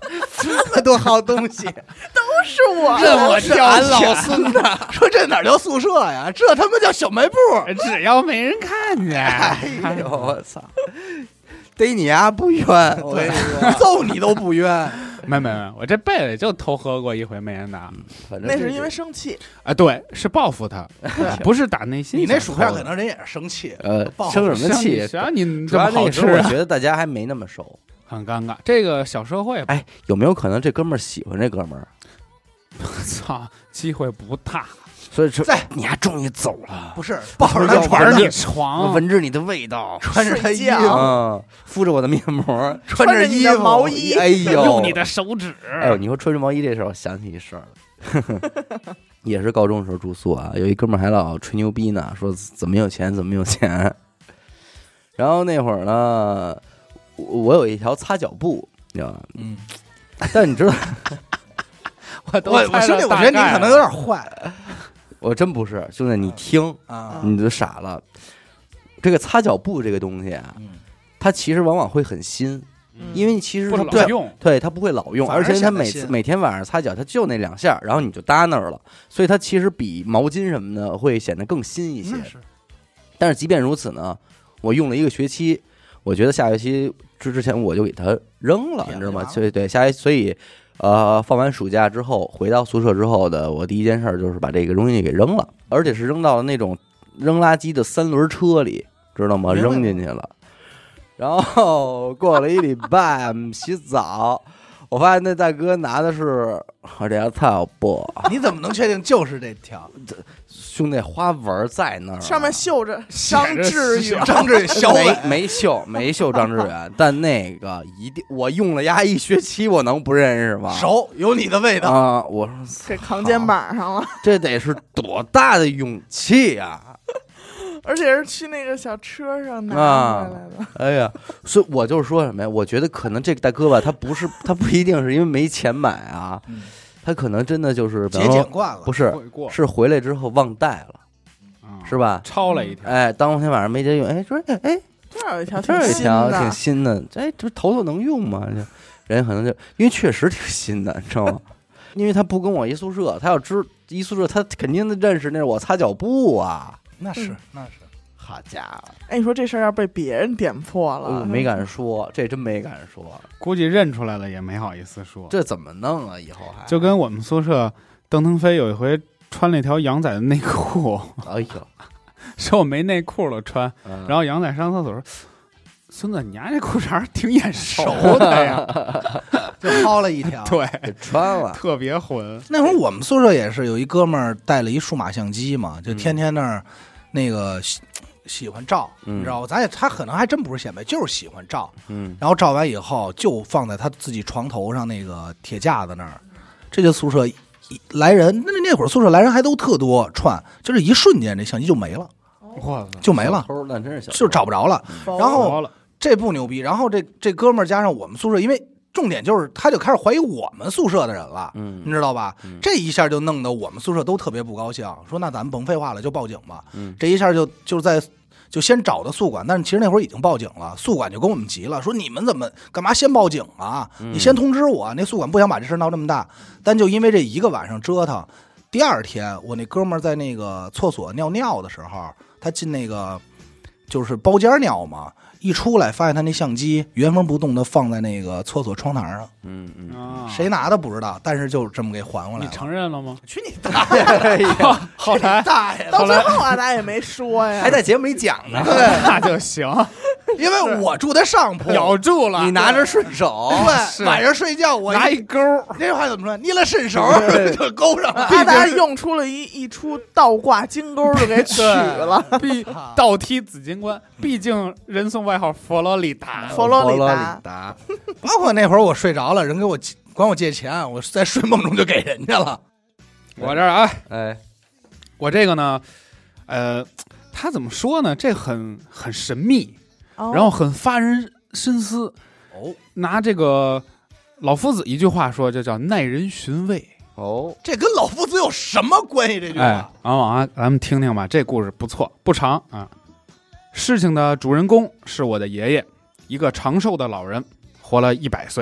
这么多好东西，
都是我，
这我俺老孙子说这哪叫宿舍呀？这他妈叫小卖部，
只要没人看见。
哎呦我操！逮你啊不冤，我跟你说，揍你都不冤。
没，我这辈子就偷喝过一回没人打，
反正
那是因为生气
啊，对，是报复他，不是打内心。
你那薯片可能人也是生气，
生什么气？
谁让你
主要
好吃？
我觉得大家还没那么熟，
很尴尬。这个小社会，
哎，有没有可能这哥们儿喜欢这哥们儿？
操，机会不大。
所以说，你还终于走了，
不是抱着他
玩你床，
闻着你的味道，
穿着他衣服，
敷着我的面膜，
穿着衣服
毛衣，
哎呦，
用你的手指。
哎呦，你说穿着毛衣这事儿，我想起一事儿了，也是高中时候住宿啊，有一哥们儿还老吹牛逼呢，说怎么有钱怎么有钱。然后那会儿呢，我有一条擦脚布，你知道吧？但你知道，
我兄弟，我觉得你可能有点坏。
我真不是，兄弟，你听啊，你就傻了。这个擦脚布这个东西啊，它其实往往会很新，因为其实
不老用，
对，它不会老用，而且它每天晚上擦脚，它就那2下，然后你就搭那儿了，所以它其实比毛巾什么的会显得更新一些。但是即便如此呢，我用了1个学期，我觉得下学期之前我就给它扔了，你知道吗？对，所以。放完暑假之后回到宿舍之后的我第一件事就是把这个东西给扔了，而且是扔到了那种扔垃圾的3轮车里，知道吗？扔进去了。然后过了1礼拜洗澡，我发现那大哥拿的是我这条擦脚布。
你怎么能确定就是这条？
兄弟，花纹在那儿，
上面绣着张志远，
小
没绣张志远，但那个一定我用了1学期，我能不认识吗？
熟，有你的味道
啊！我说
给扛肩膀上了，
这得是多大的勇气呀！
而且是去那个小车上拿回来的。
哎呀，所以我就是说什么呀？我觉得可能这个大哥吧，他不一定是因为没钱买啊。他可能真的就是
节俭惯了，
不是回来之后忘带了，是吧？
抄了一条，
哎，当天晚上没节用，哎，说哎，
这儿有一条
挺新的，哎，这头能用吗？人可能就因为确实挺新的，你知道吗？因为他不跟我一宿舍，他要一宿舍，他肯定认识那是我擦脚布啊，
那是。
好家伙！
哎，你说这事儿要被别人点破了，
没敢说，这真没敢说。
估计认出来了也没好意思说。
这怎么弄啊？以后还
就跟我们宿舍邓腾飞有一回穿了一条羊仔的内裤，
哎呦，
说我没内裤了穿，然后羊仔上厕所说：“孙子，你家这裤衩挺眼熟的呀。”
就薅了一条，
对，
穿了，
特别混。
那会儿我们宿舍也是有一哥们儿带了一数码相机嘛，就天天那儿那个。喜欢照，你知道吧？他可能还真不是显摆，就是喜欢照。然后照完以后就放在他自己床头上那个铁架子那儿。这就宿舍来人，那会儿宿舍来人还都特多，就是一瞬间这相机就没了，就没了，
那真是
就找不着了。然后这不牛逼，然后这哥们儿加上我们宿舍，因为重点就是他就开始怀疑我们宿舍的人了，你知道吧？这一下就弄得我们宿舍都特别不高兴，说那咱们甭废话了，就报警吧。这一下就先找的宿管，但是其实那会儿已经报警了，宿管就跟我们急了，说你们干嘛先报警啊？你先通知我。那宿管不想把这事闹这么大，但就因为这一个晚上折腾，第二天我那哥们儿在那个厕所尿尿的时候，他进那个就是包间尿嘛。一出来发现他那相机原封不动的放在那个厕所窗台上，谁拿的不知道，但是就这么给还回来了。
你承认了吗？
去你大爷！
后来
大爷，
到最后咱也没说呀，
还在节目里讲呢。
那就行，
因为我住在上铺，
咬住了，
你拿着顺手，
对，晚上睡觉我
拿一钩，
那句话怎么说？捏了顺手就勾上了。
他用出了一出倒挂金钩就给取了，
倒踢紫金冠，毕竟人送外号佛罗里达，
包括那会儿我睡着了，人管我借钱，我在睡梦中就给人家了。
我这儿啊，
哎，
我这个呢，他怎么说呢？这很神秘，然后很发人深思。拿这个老夫子一句话说，就叫耐人寻味。
这跟老夫子有什么关系？这句话，
咱们听听吧。这故事不错，不长啊。事情的主人公是我的爷爷，一个长寿的老人，活了100岁。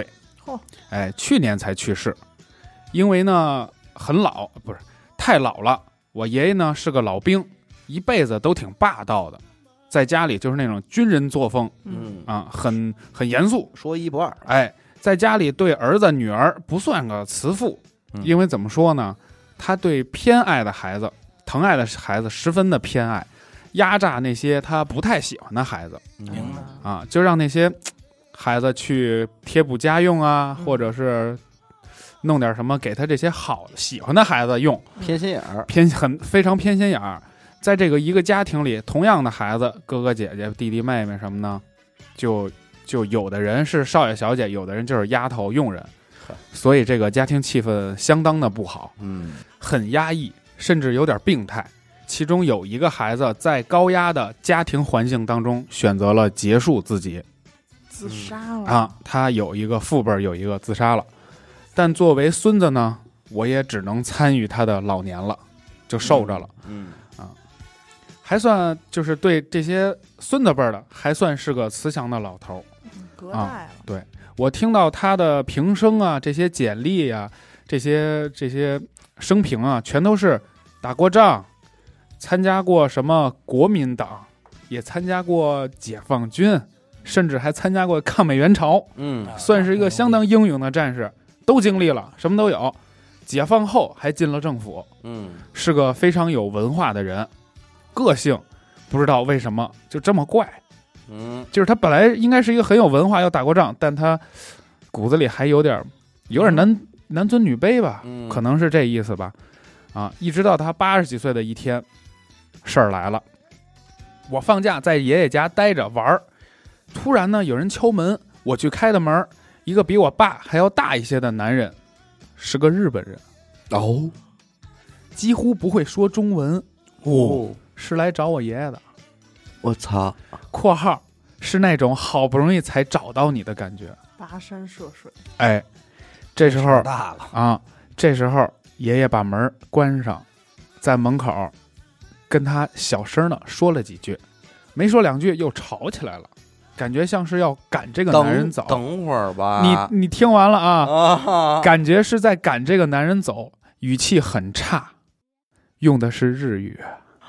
去年才去世，因为呢很老，不是太老了。我爷爷呢是个老兵，一辈子都挺霸道的，在家里就是那种军人作风，很严肃，
说一不二。
在家里对儿子女儿不算个慈父，因为怎么说呢，他对偏爱的孩子、疼爱的孩子十分的偏爱，压榨那些他不太喜欢的孩子，就让那些孩子去贴补家用啊，或者是弄点什么给他这些好喜欢的孩子用，
偏心眼儿，
非常偏心眼儿。在这个一个家庭里，同样的孩子，哥哥姐姐、弟弟妹妹什么呢，就有的人是少爷小姐，有的人就是丫头佣人，所以这个家庭气氛相当的不好，很压抑，甚至有点病态。其中有一个孩子在高压的家庭环境当中选择了结束自己，
自杀了
他有一个父辈有一个自杀了，但作为孙子呢，我也只能参与他的老年了，就受着了，还算就是对这些孙子辈的还算是个慈祥的老头，
隔代了。
对，我听到他的平生啊，这些简历啊，这些生平啊，全都是打过仗，参加过什么国民党，也参加过解放军，甚至还参加过抗美援朝，算是一个相当英勇的战士，都经历了，什么都有。解放后还进了政府，是个非常有文化的人，个性不知道为什么就这么怪，就是他本来应该是一个很有文化，要打过仗，但他骨子里还有点男尊女卑吧，可能是这意思吧。一直到他80几岁的一天，事儿来了。我放假在爷爷家待着玩，突然呢有人敲门，我去开的门，一个比我爸还要大一些的男人，是个日本人，几乎不会说中文，是来找我爷爷的。
我操！
括号是那种好不容易才找到你的感觉，
跋山涉水。
这时候
大了
这时候爷爷把门关上，在门口跟他小声的说了几句，没说2句又吵起来了，感觉像是要赶这个男人走。
等会儿吧，
你听完了啊，感觉是在赶这个男人走，语气很差，用的是日语。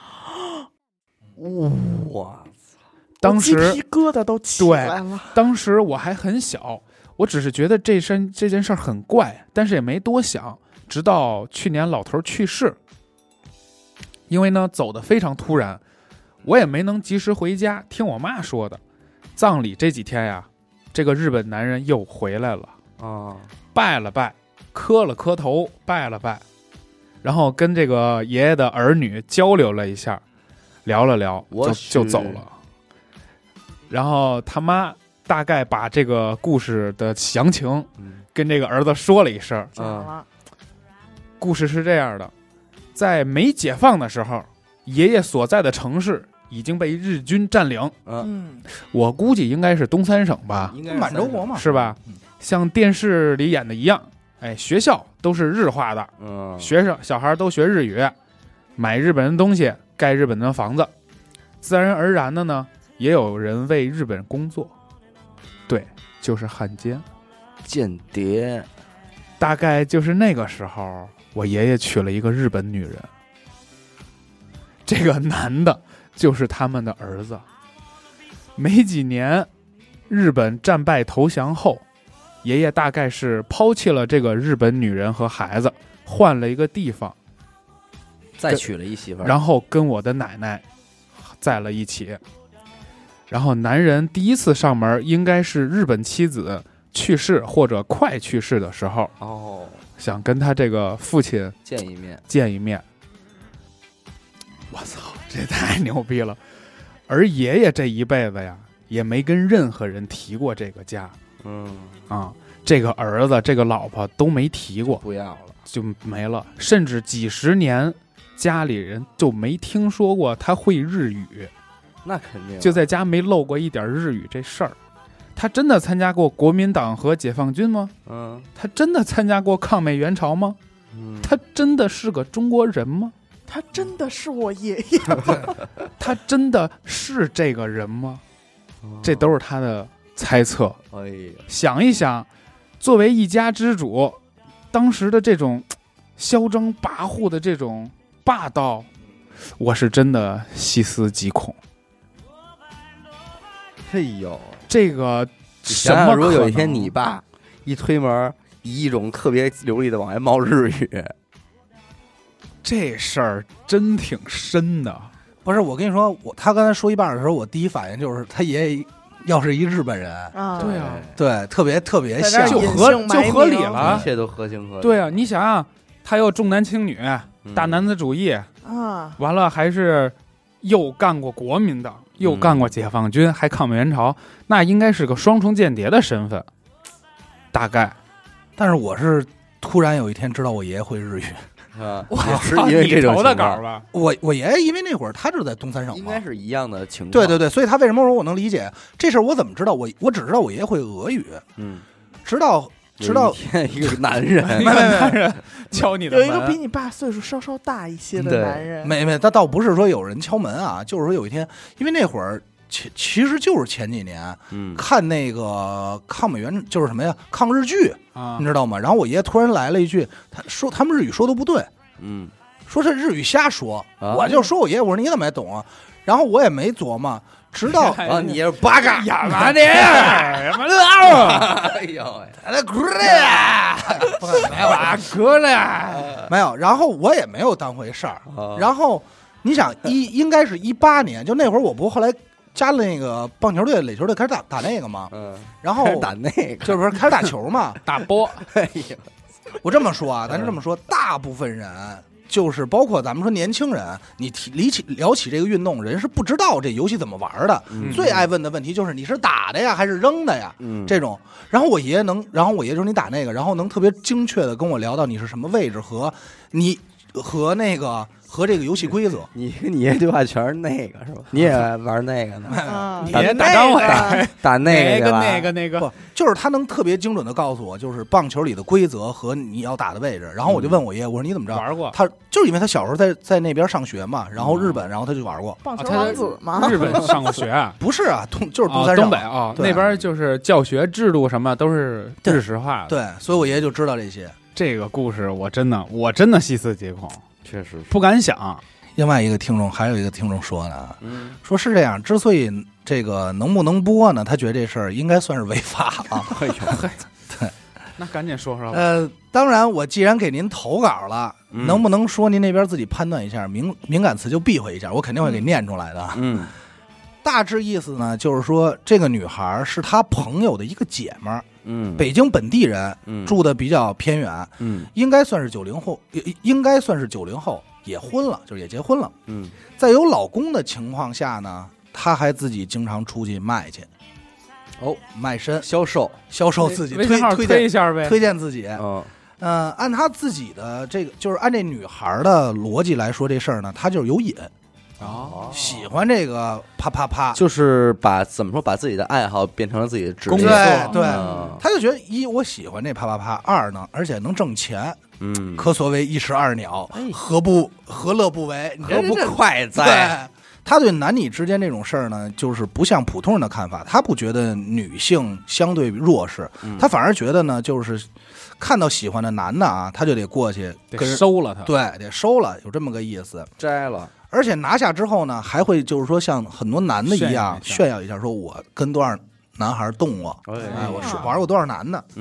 我操！
当时
鸡皮疙瘩都起来了。
当时我还很小，我只是觉得这件事很怪，但是也没多想。直到去年老头去世，因为呢走得非常突然，我也没能及时回家。听我妈说的，葬礼这几天呀，这个日本男人又回来了拜了拜，磕了磕头，拜了拜，然后跟这个爷爷的儿女交流了一下，聊了聊，就走了。然后他妈大概把这个故事的详情跟这个儿子说了一声。故事是这样的，在没解放的时候，爷爷所在的城市已经被日军占领。我估计应该是东三省吧，
应该满洲国嘛，
是吧？像电视里演的一样，学校都是日化的，学生小孩都学日语，买日本人东西，盖日本的房子，自然而然的呢，也有人为日本工作。对，就是汉奸、
间谍。
大概就是那个时候，我爷爷娶了一个日本女人，这个男的就是他们的儿子。没几年，日本战败投降后，爷爷大概是抛弃了这个日本女人和孩子，换了一个地方，
再娶了一媳妇，
然后跟我的奶奶在了一起。然后男人第一次上门应该是日本妻子去世或者快去世的时候，想跟他这个父亲见一面。我操，这太牛逼了！而爷爷这一辈子呀，也没跟任何人提过这个家，这个儿子、这个老婆都没提过，
不要了
就没了，甚至几十年家里人就没听说过他会日语。
那肯定
就在家没露过一点日语这事儿。他真的参加过国民党和解放军吗？他真的参加过抗美援朝吗？他真的是个中国人吗？
他真的是我爷爷吗？
他真的是这个人吗？这都是他的猜测。想一想， 作为一家之主，当时的这种嚣张跋扈的这种霸道，我是真的细思极恐。
哎呦，
这个什么？
如果有一天你爸一推门，以一种特别流利的往外冒日语，
这事儿真挺深的。
不是，我跟你说，他刚才说一半的时候，我第一反应就是他爷爷要是一日本人
啊，
对啊，
对，特别像，
就合理了，
一切都合情合理。
对啊，你想想，他又重男轻女，大男子主义
啊，
完了还是又干过国民党，又干过解放军，还抗美援朝，那应该是个双重间谍的身份，大概。
但是我是突然有一天知道我爷爷会日语。
也是因为这种
的稿吧。
我爷爷因为那会儿他就在东三省嘛，
应该是一样的情况。
对对对，所以他为什么说我能理解这事儿？我怎么知道？我只知道我爷爷会俄语。直到
一个男人，
男人敲你的门，
有一个比你爸岁数稍稍大一些的男人。
没，他倒不是说有人敲门啊，就是说有一天，因为那会儿其实就是前几年，看那个抗美援就是什么呀，抗日剧。你知道吗？然后我爷爷突然来了一句，他说他们日语说的不对，说是日语瞎说，我就说我爷爷，我说你怎么也懂啊？然后我也没琢磨，直到
你是八嘎
呀嘛的，哎
呦，
那过来，
过来，
没有，然后我也没有当回事儿。然后你想应该是18年，就那会儿我不后来。加了那个棒球队、垒球队，开始打那个嘛，然后
打那个，
就是开始打球嘛，
打波。
哎呀，
我这么说啊，咱就这么说，大部分人就是包括咱们说年轻人，你聊起这个运动，人是不知道这游戏怎么玩的，最爱问的问题就是你是打的呀还是扔的呀，这种。然后我爷爷说你打那个，然后能特别精确的跟我聊到你是什么位置和那个。和这个游戏规则，
你爷对话全是那个是吧？你也玩那个呢？
你也打张伟
打那
个，不就是他能特别精准的告诉我，就是棒球里的规则和你要打的位置。然后我就问我爷，我说你怎么知道？
玩过？
他就是因为他小时候在那边上学嘛，然后日本，然后他就玩过
棒球王子嘛。
日本上过学啊？
不是啊，就是东三省
东北啊，那边就是教学制度什么都是日式化的。
对，所以我爷爷就知道这些。
这个故事我真的细思极恐。
确实
不敢想。
另外一个听众还有一个听众说呢，说是这样，之所以这个能不能播呢，他觉得这事儿应该算是违法了。
哎呦，
对，
那赶紧说说吧。
当然，我既然给您投稿了，能不能说您那边自己判断一下，敏感词就避讳一下，我肯定会给念出来的。大致意思呢，就是说这个女孩是他朋友的一个姐们儿。北京本地人，住的比较偏远，应该算是90后，也婚了，就是也结婚了，在有老公的情况下呢，她还自己经常出去卖去，卖身
销售
自己，
推一下呗，
推荐自己，按她自己的这个，就是按这女孩的逻辑来说，这事儿呢，她就是有瘾。喜欢这个啪啪啪，
就是把自己的爱好变成了自己的职业。
对，他就觉得一我喜欢这啪啪啪，二呢，而且能挣钱，可所谓一石二鸟，何乐不为？
何不快哉？
对，他对男女之间这种事儿呢，就是不像普通人的看法，他不觉得女性相对弱势，他反而觉得呢，就是看到喜欢的男的啊，他就得过去
得收了他，
对，得收了，有这么个意思，
摘了。
而且拿下之后呢，还会就是说像很多男的一样炫耀一下，说我跟多少男孩动过，我玩过多少男的，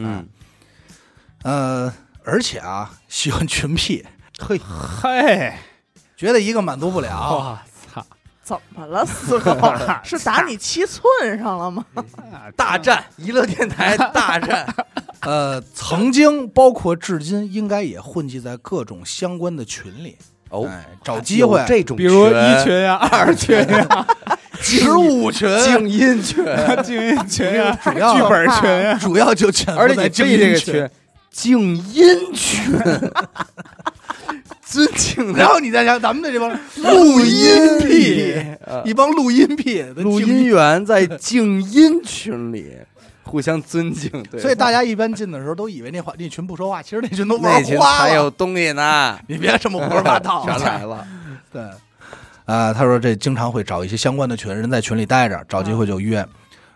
而且啊，喜欢群癖，
嘿，
觉得一个满足不了。
我操，
怎么了？四狗是打你7寸上了吗？
大战娱乐电台大战，
曾经包括至今，应该也混迹在各种相关的群里。找机会
这种，
比如1群呀、2群呀、
15群、
静音群、
主要
剧本群呀，
主要就全部在静音群、
静音群。尊敬的，
然后你再想咱们的这帮录音癖，一帮录音癖，
录音员在静音群里互相尊敬，对，
所以大家一般进的时候都以为那群不说话，其实那群都玩花了，
还有东西呢，
你别这么胡说八道，
全来了。
对，他说这经常会找一些相关的群，人在群里待着，找机会就约。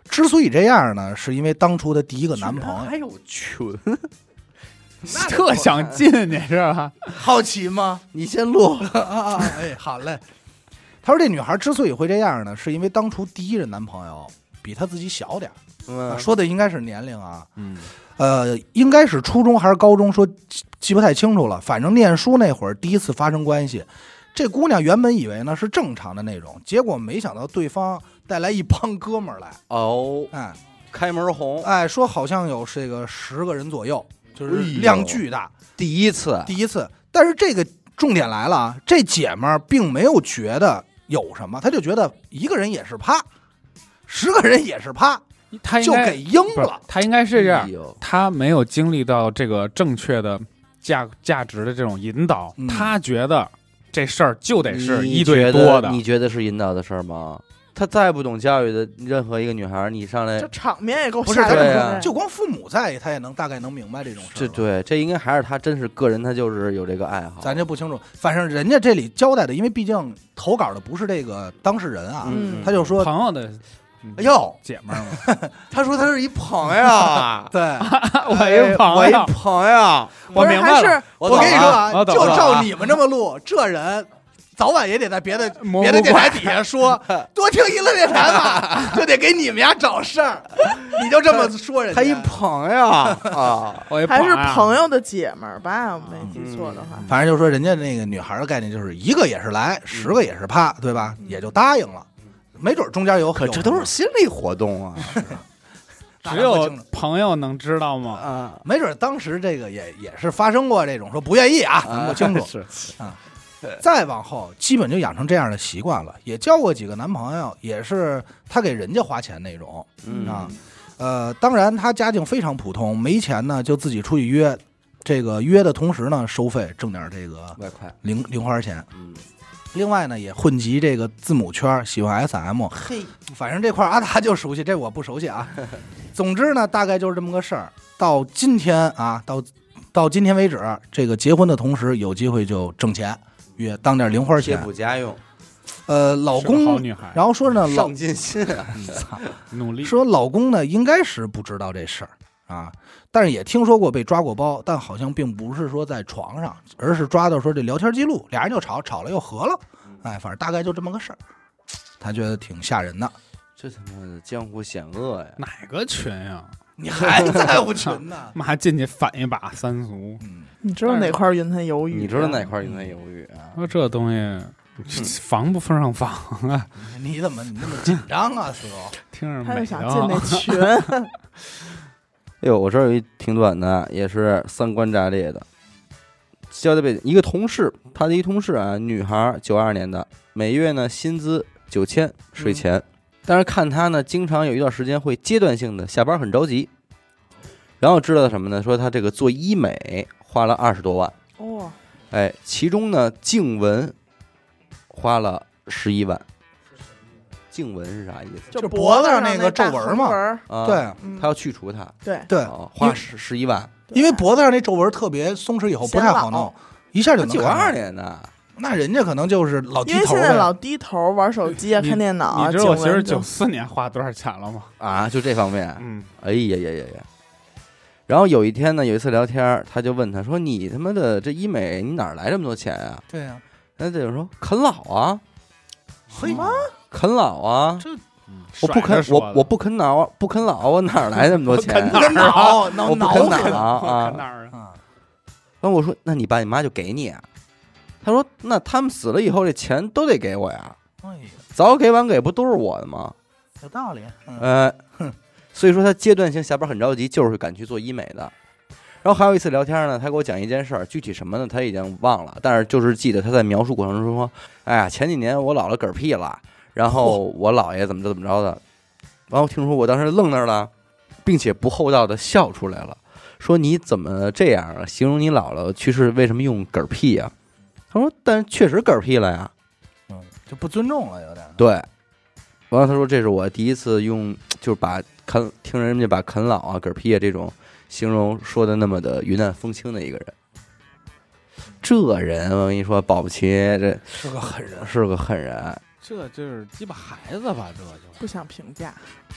之所以这样呢，是因为当初的第一个男朋友
还有群，
特想进去是吧？
好奇吗？
你先录
哎，好嘞。他说这女孩之所以会这样呢，是因为当初第一任男朋友比她自己小点说的应该是年龄啊，应该是初中还是高中，说记不太清楚了。反正念书那会儿第一次发生关系，这姑娘原本以为呢是正常的那种，结果没想到对方带来一帮哥们儿来
开门红，
说好像有这个10个人左右，就是量巨大，
第一次。
但是这个重点来了啊，这姐们儿并没有觉得有什么，她就觉得一个人也是啪，10个人也是啪，
他
就给应了。
他应该是这样，他没有经历到这个正确的价值的这种引导，他觉得这事儿就得是一对多的。
你觉得是引导的事儿吗？他再不懂教育的任何一个女孩，你上来
这场面也够
不是
对
就光父母在，他也能大概能明白这种事。
这应该还是他真是个人，他就是有这个爱好。
咱就不清楚，反正人家这里交代的，因为毕竟投稿的不是这个当事人啊，他就说
朋友的。
哎呦，
姐们儿嘛，
他说他是一朋友，
对，
我一朋友，
我明白了。
我跟你说啊，就照你们这么录，这人早晚也得在别的电台底下说，多听娱乐电台吧，就得给你们家找事儿。你就这么说人家，
他一朋友啊，
还是朋友的姐们儿吧？我没记错的话，
反正就说人家那个女孩的概念就是一个也是来，10个也是怕，对吧？也就答应了。没准中间可
这都是心理活动啊，
只有朋友能知道吗？
没准当时这个也是发生过这种说不愿意啊，不清楚再往后基本就养成这样的习惯了，也交过几个男朋友，也是他给人家花钱那种当然他家境非常普通，没钱呢就自己出去约，这个约的同时呢收费挣点这个
外快
零花钱。另外呢，也混迹这个字母圈，喜欢 SM， 反正这块阿达就熟悉，这我不熟悉啊。总之呢，大概就是这么个事儿。到今天啊，到今天为止，这个结婚的同时有机会就挣钱，也当点零花钱，
贴补家用。
老公
好女孩，
然后说呢，
上进心啊，
努力。
说老公呢，应该是不知道这事儿啊。但是也听说过被抓过包，但好像并不是说在床上，而是抓到说这聊天记录，俩人就吵了又和了，反正大概就这么个事儿。他觉得挺吓人的，
这他妈的江湖险恶呀！
哪个群呀？
你还在乎群呢？
妈进去反一把三俗。
你知道哪块云彩有雨？
你知道哪块云彩有雨啊？
说这东西防不上防啊！
你怎么那么紧张啊，师傅？
听着
他就想进那群。
哎呦，我这儿有一挺短的，也是3观炸裂的。交代背景，一个同事，他的一同事啊，女孩，92年的，每月呢薪资9000税前，但是看他呢，经常有一段时间会阶段性的下班很着急，然后知道什么呢？说他这个做医美花了20多万，其中呢颈纹花了11万。颈纹是啥意思？
就
脖子上那个皱纹嘛。对，
他要去除它。
对，
花11万。
因为脖子上那皱纹特别松弛，以后不太好弄，一下就能。
92年的，
那人家可能就是老低头。
因为现在老低头玩手机啊，看电脑啊。
你知道我媳妇94年花多少钱了吗？
啊，就这方面。哎呀。然后有一天呢，有一次聊天，他就问他说：“你他妈的这医美，你哪来这么多钱啊？”
对呀。
那这就说啃老啊。
嘿吗？
啃老啊！我不啃老，不啃老，我哪来那么多钱？
啃老，
我不啃老啊！
啃哪儿啊？
然后我说：“那你爸你妈就给你啊？”他说：“那他们死了以后，这钱都得给我呀。早给晚给，不都是我的吗？”
有道理。
所以说他阶段性下班很着急，就是赶去做医美的。然后还有一次聊天呢，他给我讲一件事儿，具体什么呢？他已经忘了，但是就是记得他在描述过程中说：“哎呀，前几年我姥姥嗝屁了。”然后我姥爷怎么着的，然后听说我当时愣那儿了，并且不厚道的笑出来了，说你怎么这样啊？形容你姥姥去世为什么用嗝屁啊？他说，但是确实嗝屁了呀，
就不尊重了有点。
对，完了他说这是我第一次用，就是把听人家把啃老啊、嗝屁啊这种形容说的那么的云淡风轻的一个人。这人我跟你说，保不齐这
是个狠人，
是个狠人。
这就是鸡巴孩子吧？这就
不想评价。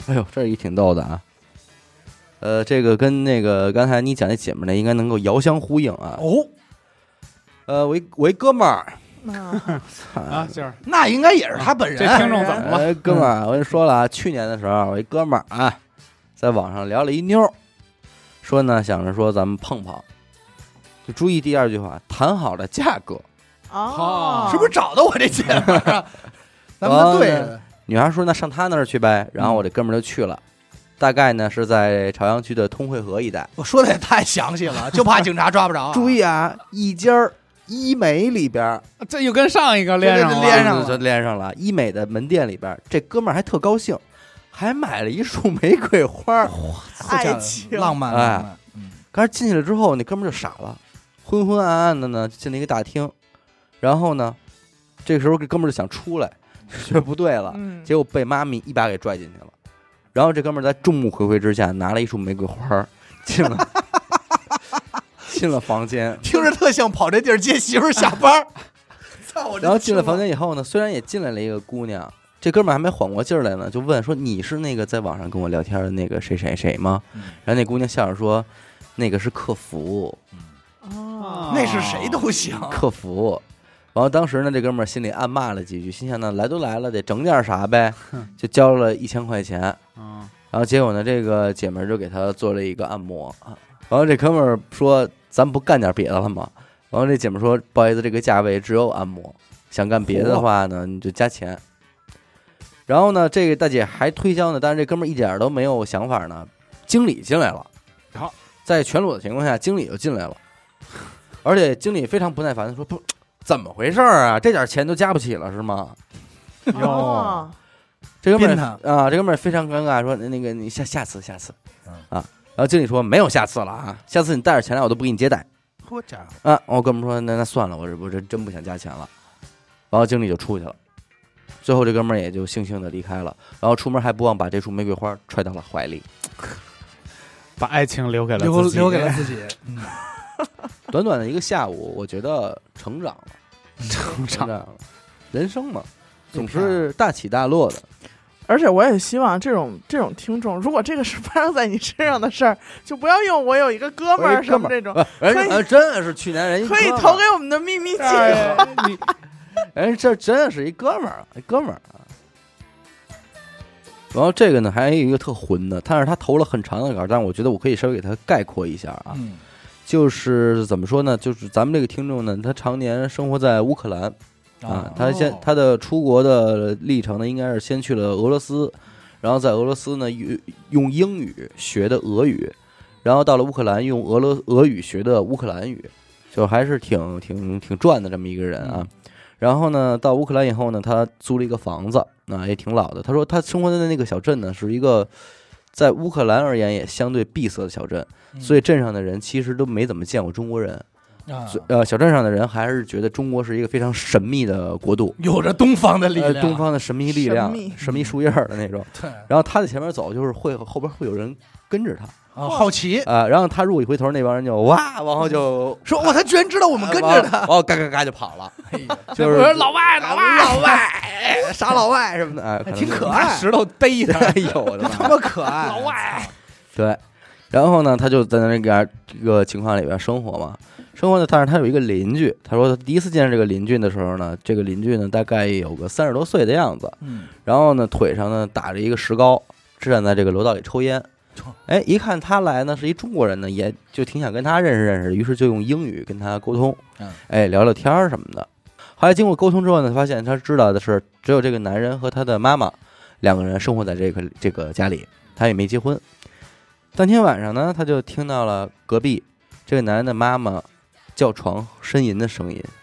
哎呦，这也挺逗的啊。这个跟那个刚才你讲那姐们儿呢，应该能够遥相呼应啊。我一哥们儿
啊，就是
那应该也是他本人。
这听众怎么了？
哥们儿，我跟你说了啊，去年的时候，我一哥们儿啊，在网上聊了一妞，说呢想着说咱们碰碰，就注意第二句话，谈好了价格。
是不是找到我这姐们儿啊？咱们对。
女孩说那上他那儿去呗，然后我这哥们儿就去了。大概呢是在朝阳区的通惠河一带。
我说的也太详细了，就怕警察抓不着。
注意啊，一家医美里边，
这又跟上一个连上
了。医美的门店里边，这哥们儿还特高兴，还买了一束玫瑰花，
爱情
浪漫。
哎，刚进去了之后，那哥们儿就傻了，昏昏暗暗的呢，进了一个大厅，然后呢，这个时候这哥们儿就想出来，觉得不对了，结果被妈咪一把给拽进去了。然后这哥们儿在众目睽睽之下拿了一束玫瑰花进了房间，
听着特像跑这地儿接媳妇下班。
然后进了房间以后呢，虽然也进来了一个姑娘，这哥们儿还没缓过劲儿来呢，就问说：“你是那个在网上跟我聊天的那个谁谁谁吗？”然后那姑娘笑着说：“那个是客服。”
那是谁都行，
客服。然后当时呢，这哥们儿心里暗骂了几句，心想呢，来都来了，得整点啥呗，就交了1000块钱。然后结果呢，这个姐们儿就给他做了一个按摩啊。然后这哥们儿说：“咱不干点别的了吗？”然后这姐们儿说：“不好意思，这个价位只有按摩，想干别的话呢，你就加钱。”然后呢，这个大姐还推销呢，但是这哥们儿一点都没有想法呢。经理进来了，
好，在
全裸的情况下，经理就进来了，而且经理非常不耐烦的说：“不。”怎么回事啊？这点钱都加不起了是吗？
哟，
这哥们儿啊，这哥们儿非常尴尬，说那个你下次啊。然后经理说没有下次了啊，下次你带着钱来我都不给你接待。
好家伙
啊！我哥们儿说那算了，我这真不想加钱了。然后经理就出去了，最后这哥们儿也就悻悻的离开了。然后出门还不忘把这束玫瑰花揣到了怀里，
把爱情留给了
自己。
短短的一个下午，我觉得成长了，人生嘛，总是大起大落的。
而且我也希望这种听众，如果这个是发生在你身上的事儿，就不要用我有一个哥们儿什么这种，
真的是去年人
可以投给我们的秘密计划。
这真的是一哥们儿啊。然后这个呢，还有一个特混的，但是他投了很长的稿，但是我觉得我可以稍微给他概括一下啊。就是怎么说呢？就是咱们这个听众呢，他常年生活在乌克兰啊，他的出国的历程呢，应该是先去了俄罗斯，然后在俄罗斯呢用英语学的俄语，然后到了乌克兰用俄语学的乌克兰语，就还是挺赚的这么一个人啊。然后呢，到乌克兰以后呢，他租了一个房子啊，也挺老的。他说他生活在那个小镇呢，是一个在乌克兰而言也相对闭塞的小镇。所以镇上的人其实都没怎么见过中国人，小镇上的人还是觉得中国是一个非常神秘的国度，
有着东方的力量，
东方的神秘力量，神秘树叶的那种。
对。
然后他在前面走，就是后边会有人跟着他，
好奇
啊。然后他如果一回头，那帮人就哇，然后就
说哇，他居然知道我们跟着他，
哦，嘎嘎嘎就跑了。
就是老外，
傻老外什么的，哎，
挺可爱，
石头逮他，
哎呦我的妈，
他妈可爱，
老外。
对。然后呢，他就在那个情况里边生活嘛，但是他有一个邻居，他说他第一次见这个邻居的时候呢，这个邻居呢大概有个30多岁的样子，然后呢腿上呢打着一个石膏，站在这个楼道里抽烟，哎，一看他来呢是一中国人呢，也就挺想跟他认识认识，于是就用英语跟他沟通，哎，聊聊天什么的。后来经过沟通之后呢，发现他知道的是只有这个男人和他的妈妈2个人生活在这个家里，他也没结婚。当天晚上呢，他就听到了隔壁这个男人的妈妈叫床呻吟的声音，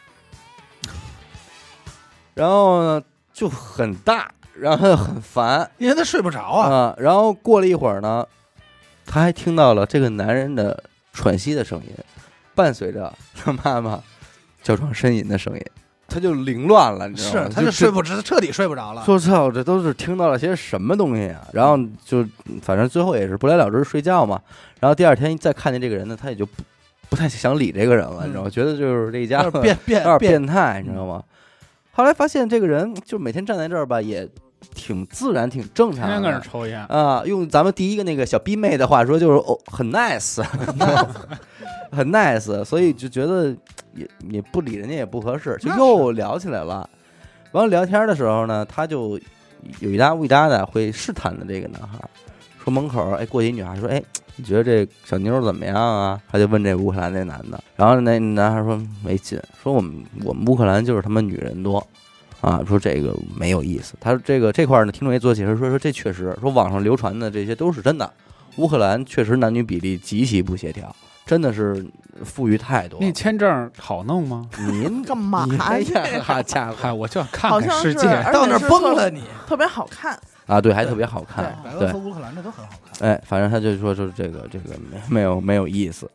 然后呢就很大，然后很烦，
因为他睡不着啊。
然后过了一会儿呢，他还听到了这个男人的喘息的声音，伴随着他妈妈叫床呻吟的声音。他就凌乱了，你知道吗？
他就彻底睡不着了。
说操，这都是听到了些什么东西啊？然后就反正最后也是不了了之睡觉嘛。然后第二天再看见这个人呢，他也就不太想理这个人了，你知道吗？觉得就是这一家有点变态，你知道吗？后来发现这个人就每天站在这儿吧，也挺自然、挺正常的，
天天搁那抽烟
啊。用咱们第一个那个小逼妹的话说，就是很 nice， 很 nice， 所以就觉得也不理人家也不合适，就又聊起来了。完了聊天的时候呢，他就有一搭无一搭的会试探的这个男孩，说门口过去一女孩说，你觉得这小妞怎么样啊？他就问这乌克兰那男的，然后那男孩说没劲，说我们乌克兰就是他妈女人多。啊，说这个没有意思。他说这块呢，听众也做解释说这确实说网上流传的这些都是真的。乌克兰确实男女比例极其不协调，真的是富裕太多。
那签证好弄吗？
您
干嘛呀？
好家伙，
我就要看看世界，
到那儿崩了你，
特别好看
啊，对，还特别好看。
白俄和乌克兰这都很好看。
反正他就说就是这个没有意思。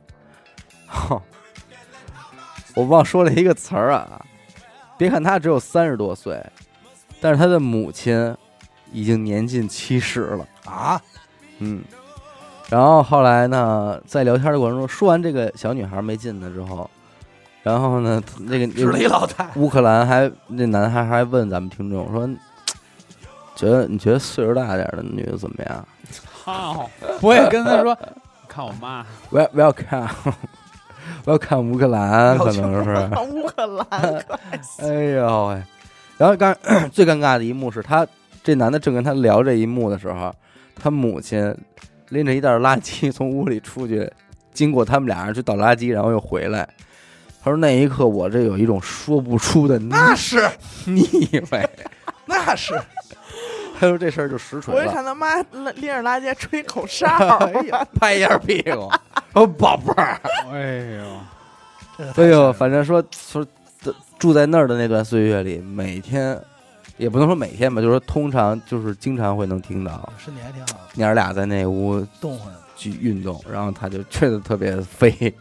我忘说了一个词儿啊。别看他只有30多岁，但是他的母亲已经年近70了
啊。
然后后来呢，在聊天的过程中，说完这个小女孩没劲的之后，然后呢，那个
指了一老太，
乌克兰那男孩还问咱们听众说，你觉得岁数大点的女的怎么样？
好，我也跟他说，看我妈，
我要看。我要看乌克兰，可能是
乌克兰。
哎呦喂！然后最尴尬的一幕是这男的正跟他聊这一幕的时候，他母亲拎着一袋垃圾从屋里出去，经过他们俩人去倒垃圾，然后又回来。他说那一刻我这有一种说不出的
那是
腻味，
那是。
他说这事儿就实锤了。
我一看他妈拎着垃圾吹口哨，
拍一下屁股，说宝贝儿，哎呦，反正说住在那儿的那段岁月里，每天也不能说每天吧，就是说通常就是经常会能听到，
身体还挺好，
娘俩在那屋
动换
去运动，然后他就吹得特别飞。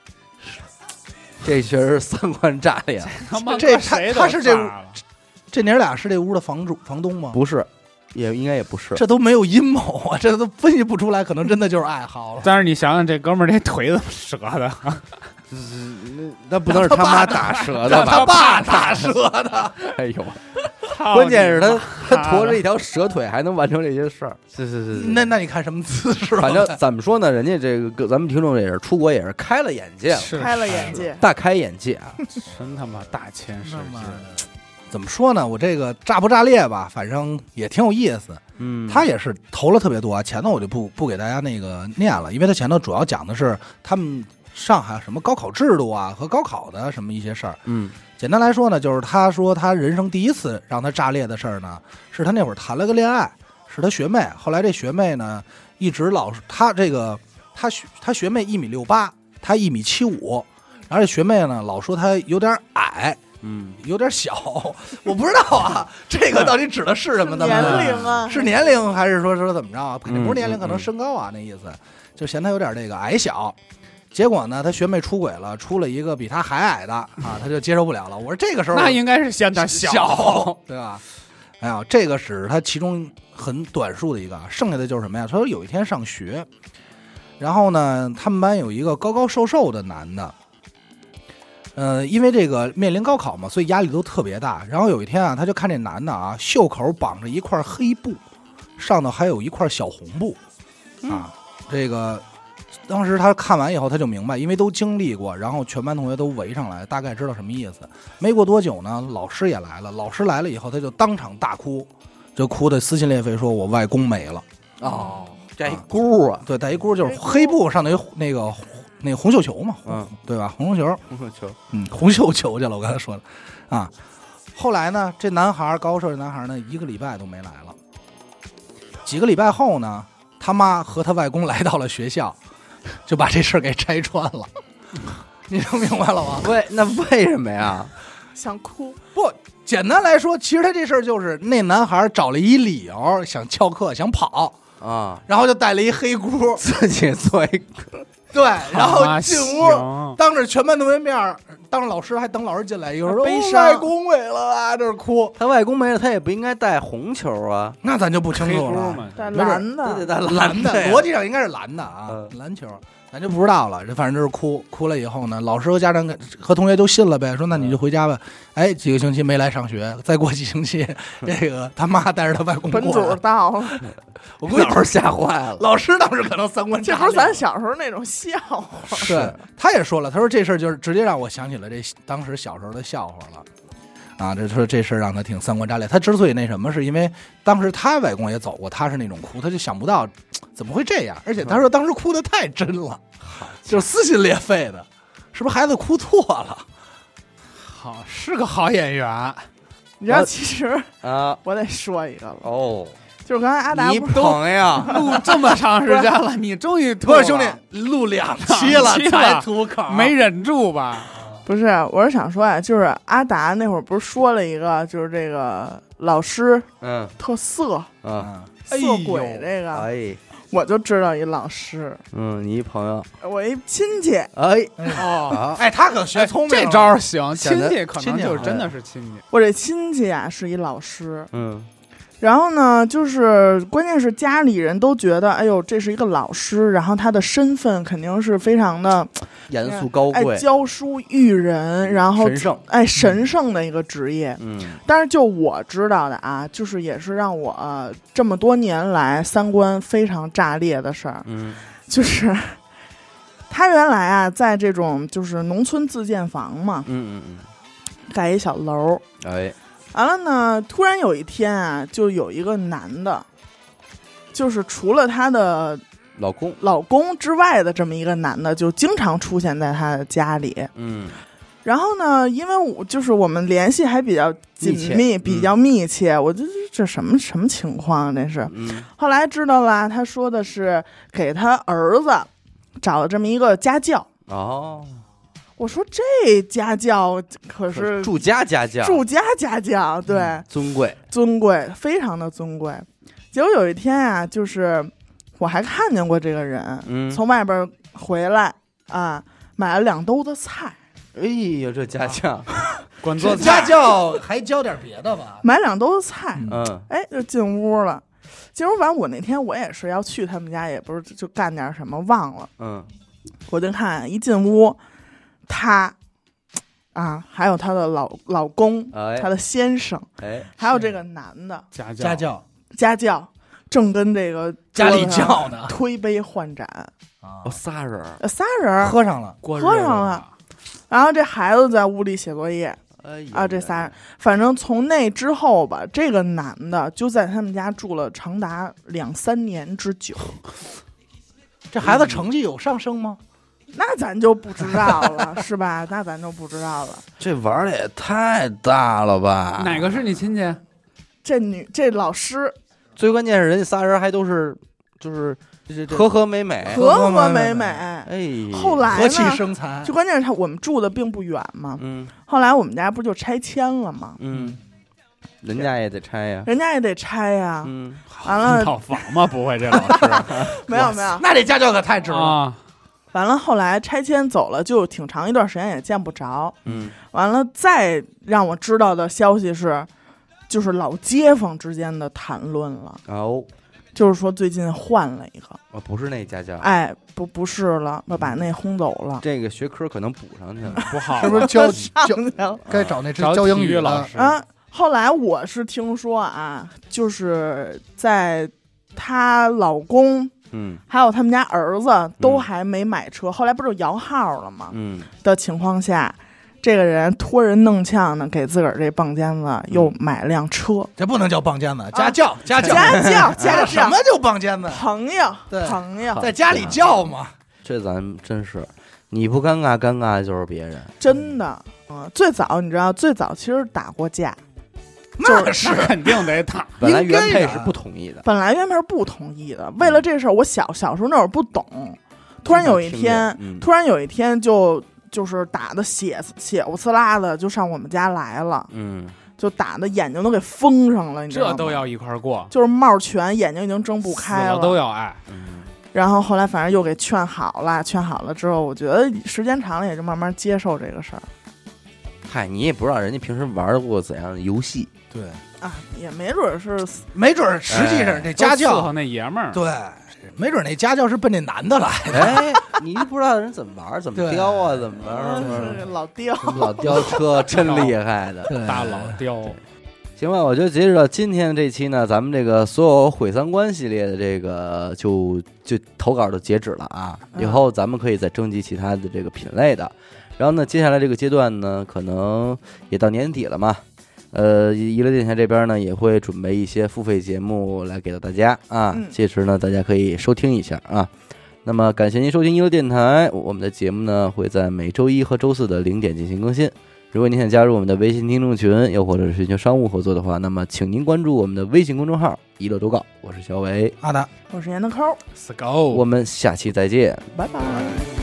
这确实是3观炸裂。
他是这娘俩是这屋的房东吗？
不是。应该也不是，
这都没有阴谋啊，这都分析不出来，可能真的就是爱好了。
但是你想想，这哥们儿这腿怎么折的？
那不能是他妈打折的吧？
他爸打折的。
哎呦，关键是他驮着一条蛇腿还能完成这些事儿。是。
那你看什么姿势？
反正怎么说呢，人家这个咱们听众也是出国也是开了眼界，
开了眼界，
大开眼界啊！
真他妈大千世界。
怎么说呢？我这个炸不炸裂吧，反正也挺有意思。他也是投了特别多啊。前头我就不给大家那个念了，因为他前头主要讲的是他们上海什么高考制度啊和高考的什么一些事儿。简单来说呢，就是他说他人生第一次让他炸裂的事儿呢，是他那会儿谈了个恋爱，是他学妹。后来这学妹呢，一直他学妹1.68米，他1.75米，然后这学妹呢老说他有点矮。有点小，我不知道啊，这个到底指的是什么呢？
年龄啊，
是年龄还是说怎么着啊？肯定不是年龄，可能身高啊，那意思就嫌他有点这个矮小。结果呢，他学妹出轨了，出了一个比他还矮的啊，他就接受不了了。我说这个时候
那应该是嫌他小，
对吧？哎呀，这个是他其中很短数的一个，剩下的就是什么呀？他说有一天上学，然后呢，他们班有一个高高瘦瘦的男的。因为这个面临高考嘛，所以压力都特别大。然后有一天啊，他就看这男的啊，袖口绑着一块黑布，上头还有一块小红布，啊，这个当时他看完以后他就明白，因为都经历过，然后全班同学都围上来，大概知道什么意思。没过多久呢，老师也来了，老师来了以后，他就当场大哭，就哭得撕心裂肺，说我外公没了。
哦，带一箍啊，
对，带一箍就是黑布上的那个红绣球嘛，对吧？红绣球，红绣球去了。我刚才说的，啊，后来呢，这男孩高瘦的男孩呢，1个礼拜都没来了。几个礼拜后呢，他妈和他外公来到了学校，就把这事儿给拆穿了。你听明白了吗？
那为什么呀？
想哭？
不，简单来说，其实他这事儿就是那男孩找了一理由想翘课，想跑啊，然后就带了一黑箍，
自己做一个。
对，然后进屋，当着全班同学面，当着老师还等老师进来，一会儿说外公没了啊，这是哭。
他外公没了，他也不应该带红球啊，
那咱就不清楚了。
带蓝的，
带蓝的，逻辑上应该是蓝的啊，篮球。咱就不知道了，这反正就是哭了以后呢，老师和家长和同学都信了呗，说那你就回家吧。哎，几个星期没来上学，再过几星期，这个他妈带着他外公过来，
本组到了，
我估计老师吓坏了。
老师当时可能三观炸裂。
这不是咱小时候那种笑话。
对，他也说了，他说这事儿就是直接让我想起了这当时小时候的笑话了。啊，这说这事儿让他挺三观炸裂。他之所以那什么，是因为当时他外公也走过，他是那种哭，他就想不到怎么会这样。而且他说当时哭的太真了，就是撕心裂肺的，是不是孩子哭错了？
好，是个好演员。
你知道，其实啊，我得说一个了
哦，
就是刚才阿达
你朋友
录这么长时间了，你终于吐
了，兄弟，录2期了才吐口，
没忍住吧？
不是，我是想说呀，就是阿达那会儿不是说了一个，就是这个老师，特色，色鬼这个，
哎，
我就知道一老师，
你一朋友，
我一亲戚，
哎，他可学聪明了，
这招行，亲戚可能就真的是亲戚。
我这亲戚啊是一老师，然后呢，就是关键是家里人都觉得，哎呦，这是一个老师，然后他的身份肯定是非常的
严肃高贵，
教书育人，然后
神圣，
神圣的一个职业。但是就我知道的啊，就是也是让我这么多年来三观非常炸裂的事儿。就是他原来啊，在这种就是农村自建房嘛，盖一小楼，
哎。
完了呢，突然有一天啊，就有一个男的，就是除了他的老公之外的这么一个男的，就经常出现在他的家里。然后呢，因为我们联系还比较紧密，比较密切，我就这什么情况这是？后来知道了，他说的是给他儿子找了这么一个家教。哦。我说这家教可是
住家家
教，对，
尊
贵，非常的尊贵。结果有一天啊，就是我还看见过这个人，从外边回来啊，买了2兜子菜。
哎呦，这家教，
管做家教还教点别的吧？
买2兜子菜，就进屋了。进屋完，我那天我也是要去他们家，也不是就干点什么忘了，我就看一进屋。他啊，还有他的老公，他的先生，还有这个男的家教，正跟这个
家里教呢，
推杯换盏
仨
人
喝上了，
然后这孩子在屋里写作业，这仨人，反正从那之后吧，这个男的就在他们家住了长达2-3年之久。
这孩子成绩有上升吗？
那咱就不知道了，是吧？那咱就不知道了。
这玩的也太大了吧？
哪个是你亲戚？
这老师。
最关键是人家仨人还都是就是和和美美。
哎，后来呢？
和气生财。
就关键是我们住的并不远嘛。后来我们家不就拆迁了吗？
人家也得拆呀。
完了，
套房吗？不会，这老师
没有。
那这家教可太值了。
完了，后来拆迁走了，就挺长一段时间也见不着。完了，再让我知道的消息是，就是老街坊之间的谈论了。就是说最近换了一个。
不是那家教。
哎，不是了，把那轰走了。
这个学科可能补上去了，
不好。
是不是教该找那教英语
老师
啊？后来我是听说啊，就是在她老公。还有他们家儿子都还没买车，后来不是摇号了吗？的情况下，这个人托人弄呛呢，给自个儿这棒尖子又买了辆车。
这不能叫棒尖子，家教，什么就棒尖子？
朋友
在家里叫嘛。
这咱真是，你不尴尬，尴尬的就是别人。
真的，最早你知道，其实打过架。
那是
肯定得打，
本来原配是不同意的。
为了这事儿，我小时候那会儿不懂，突然有一天就是打的血不呲啦的就上我们家来了，就打的眼睛都给封上了，你知道吗？
这都要一块过，
就是冒拳，眼睛已经睁不开了，
都要爱。
然后后来反正又给劝好了之后，我觉得时间长了也就慢慢接受这个事儿。
嗨，你也不知道人家平时玩过怎样的游戏，
对
啊，也没准是，
没准实际上这家教
伺候那爷们儿，
对，没准那家教是奔那男的来的。
哎，你不知道人怎么玩，怎么雕啊，怎么玩？
老雕，
老雕车真厉害的，
大老雕。
行吧，我就截止到今天这期呢，咱们这个所有毁三观系列的这个就投稿都截止了啊。以后咱们可以再征集其他的这个品类的。然后呢，接下来这个阶段呢，可能也到年底了嘛。娱乐电台这边呢也会准备一些付费节目来给到大家啊，届时呢大家可以收听一下啊。那么感谢您收听娱乐电台，我们的节目呢会在每周一和周四的0点进行更新。如果您想加入我们的微信听众群，又或者是寻求商务合作的话，那么请您关注我们的微信公众号娱乐周告。我是小伟，
阿达，
我是闫德抠，
，Let's go，
我们下期再见，
拜拜。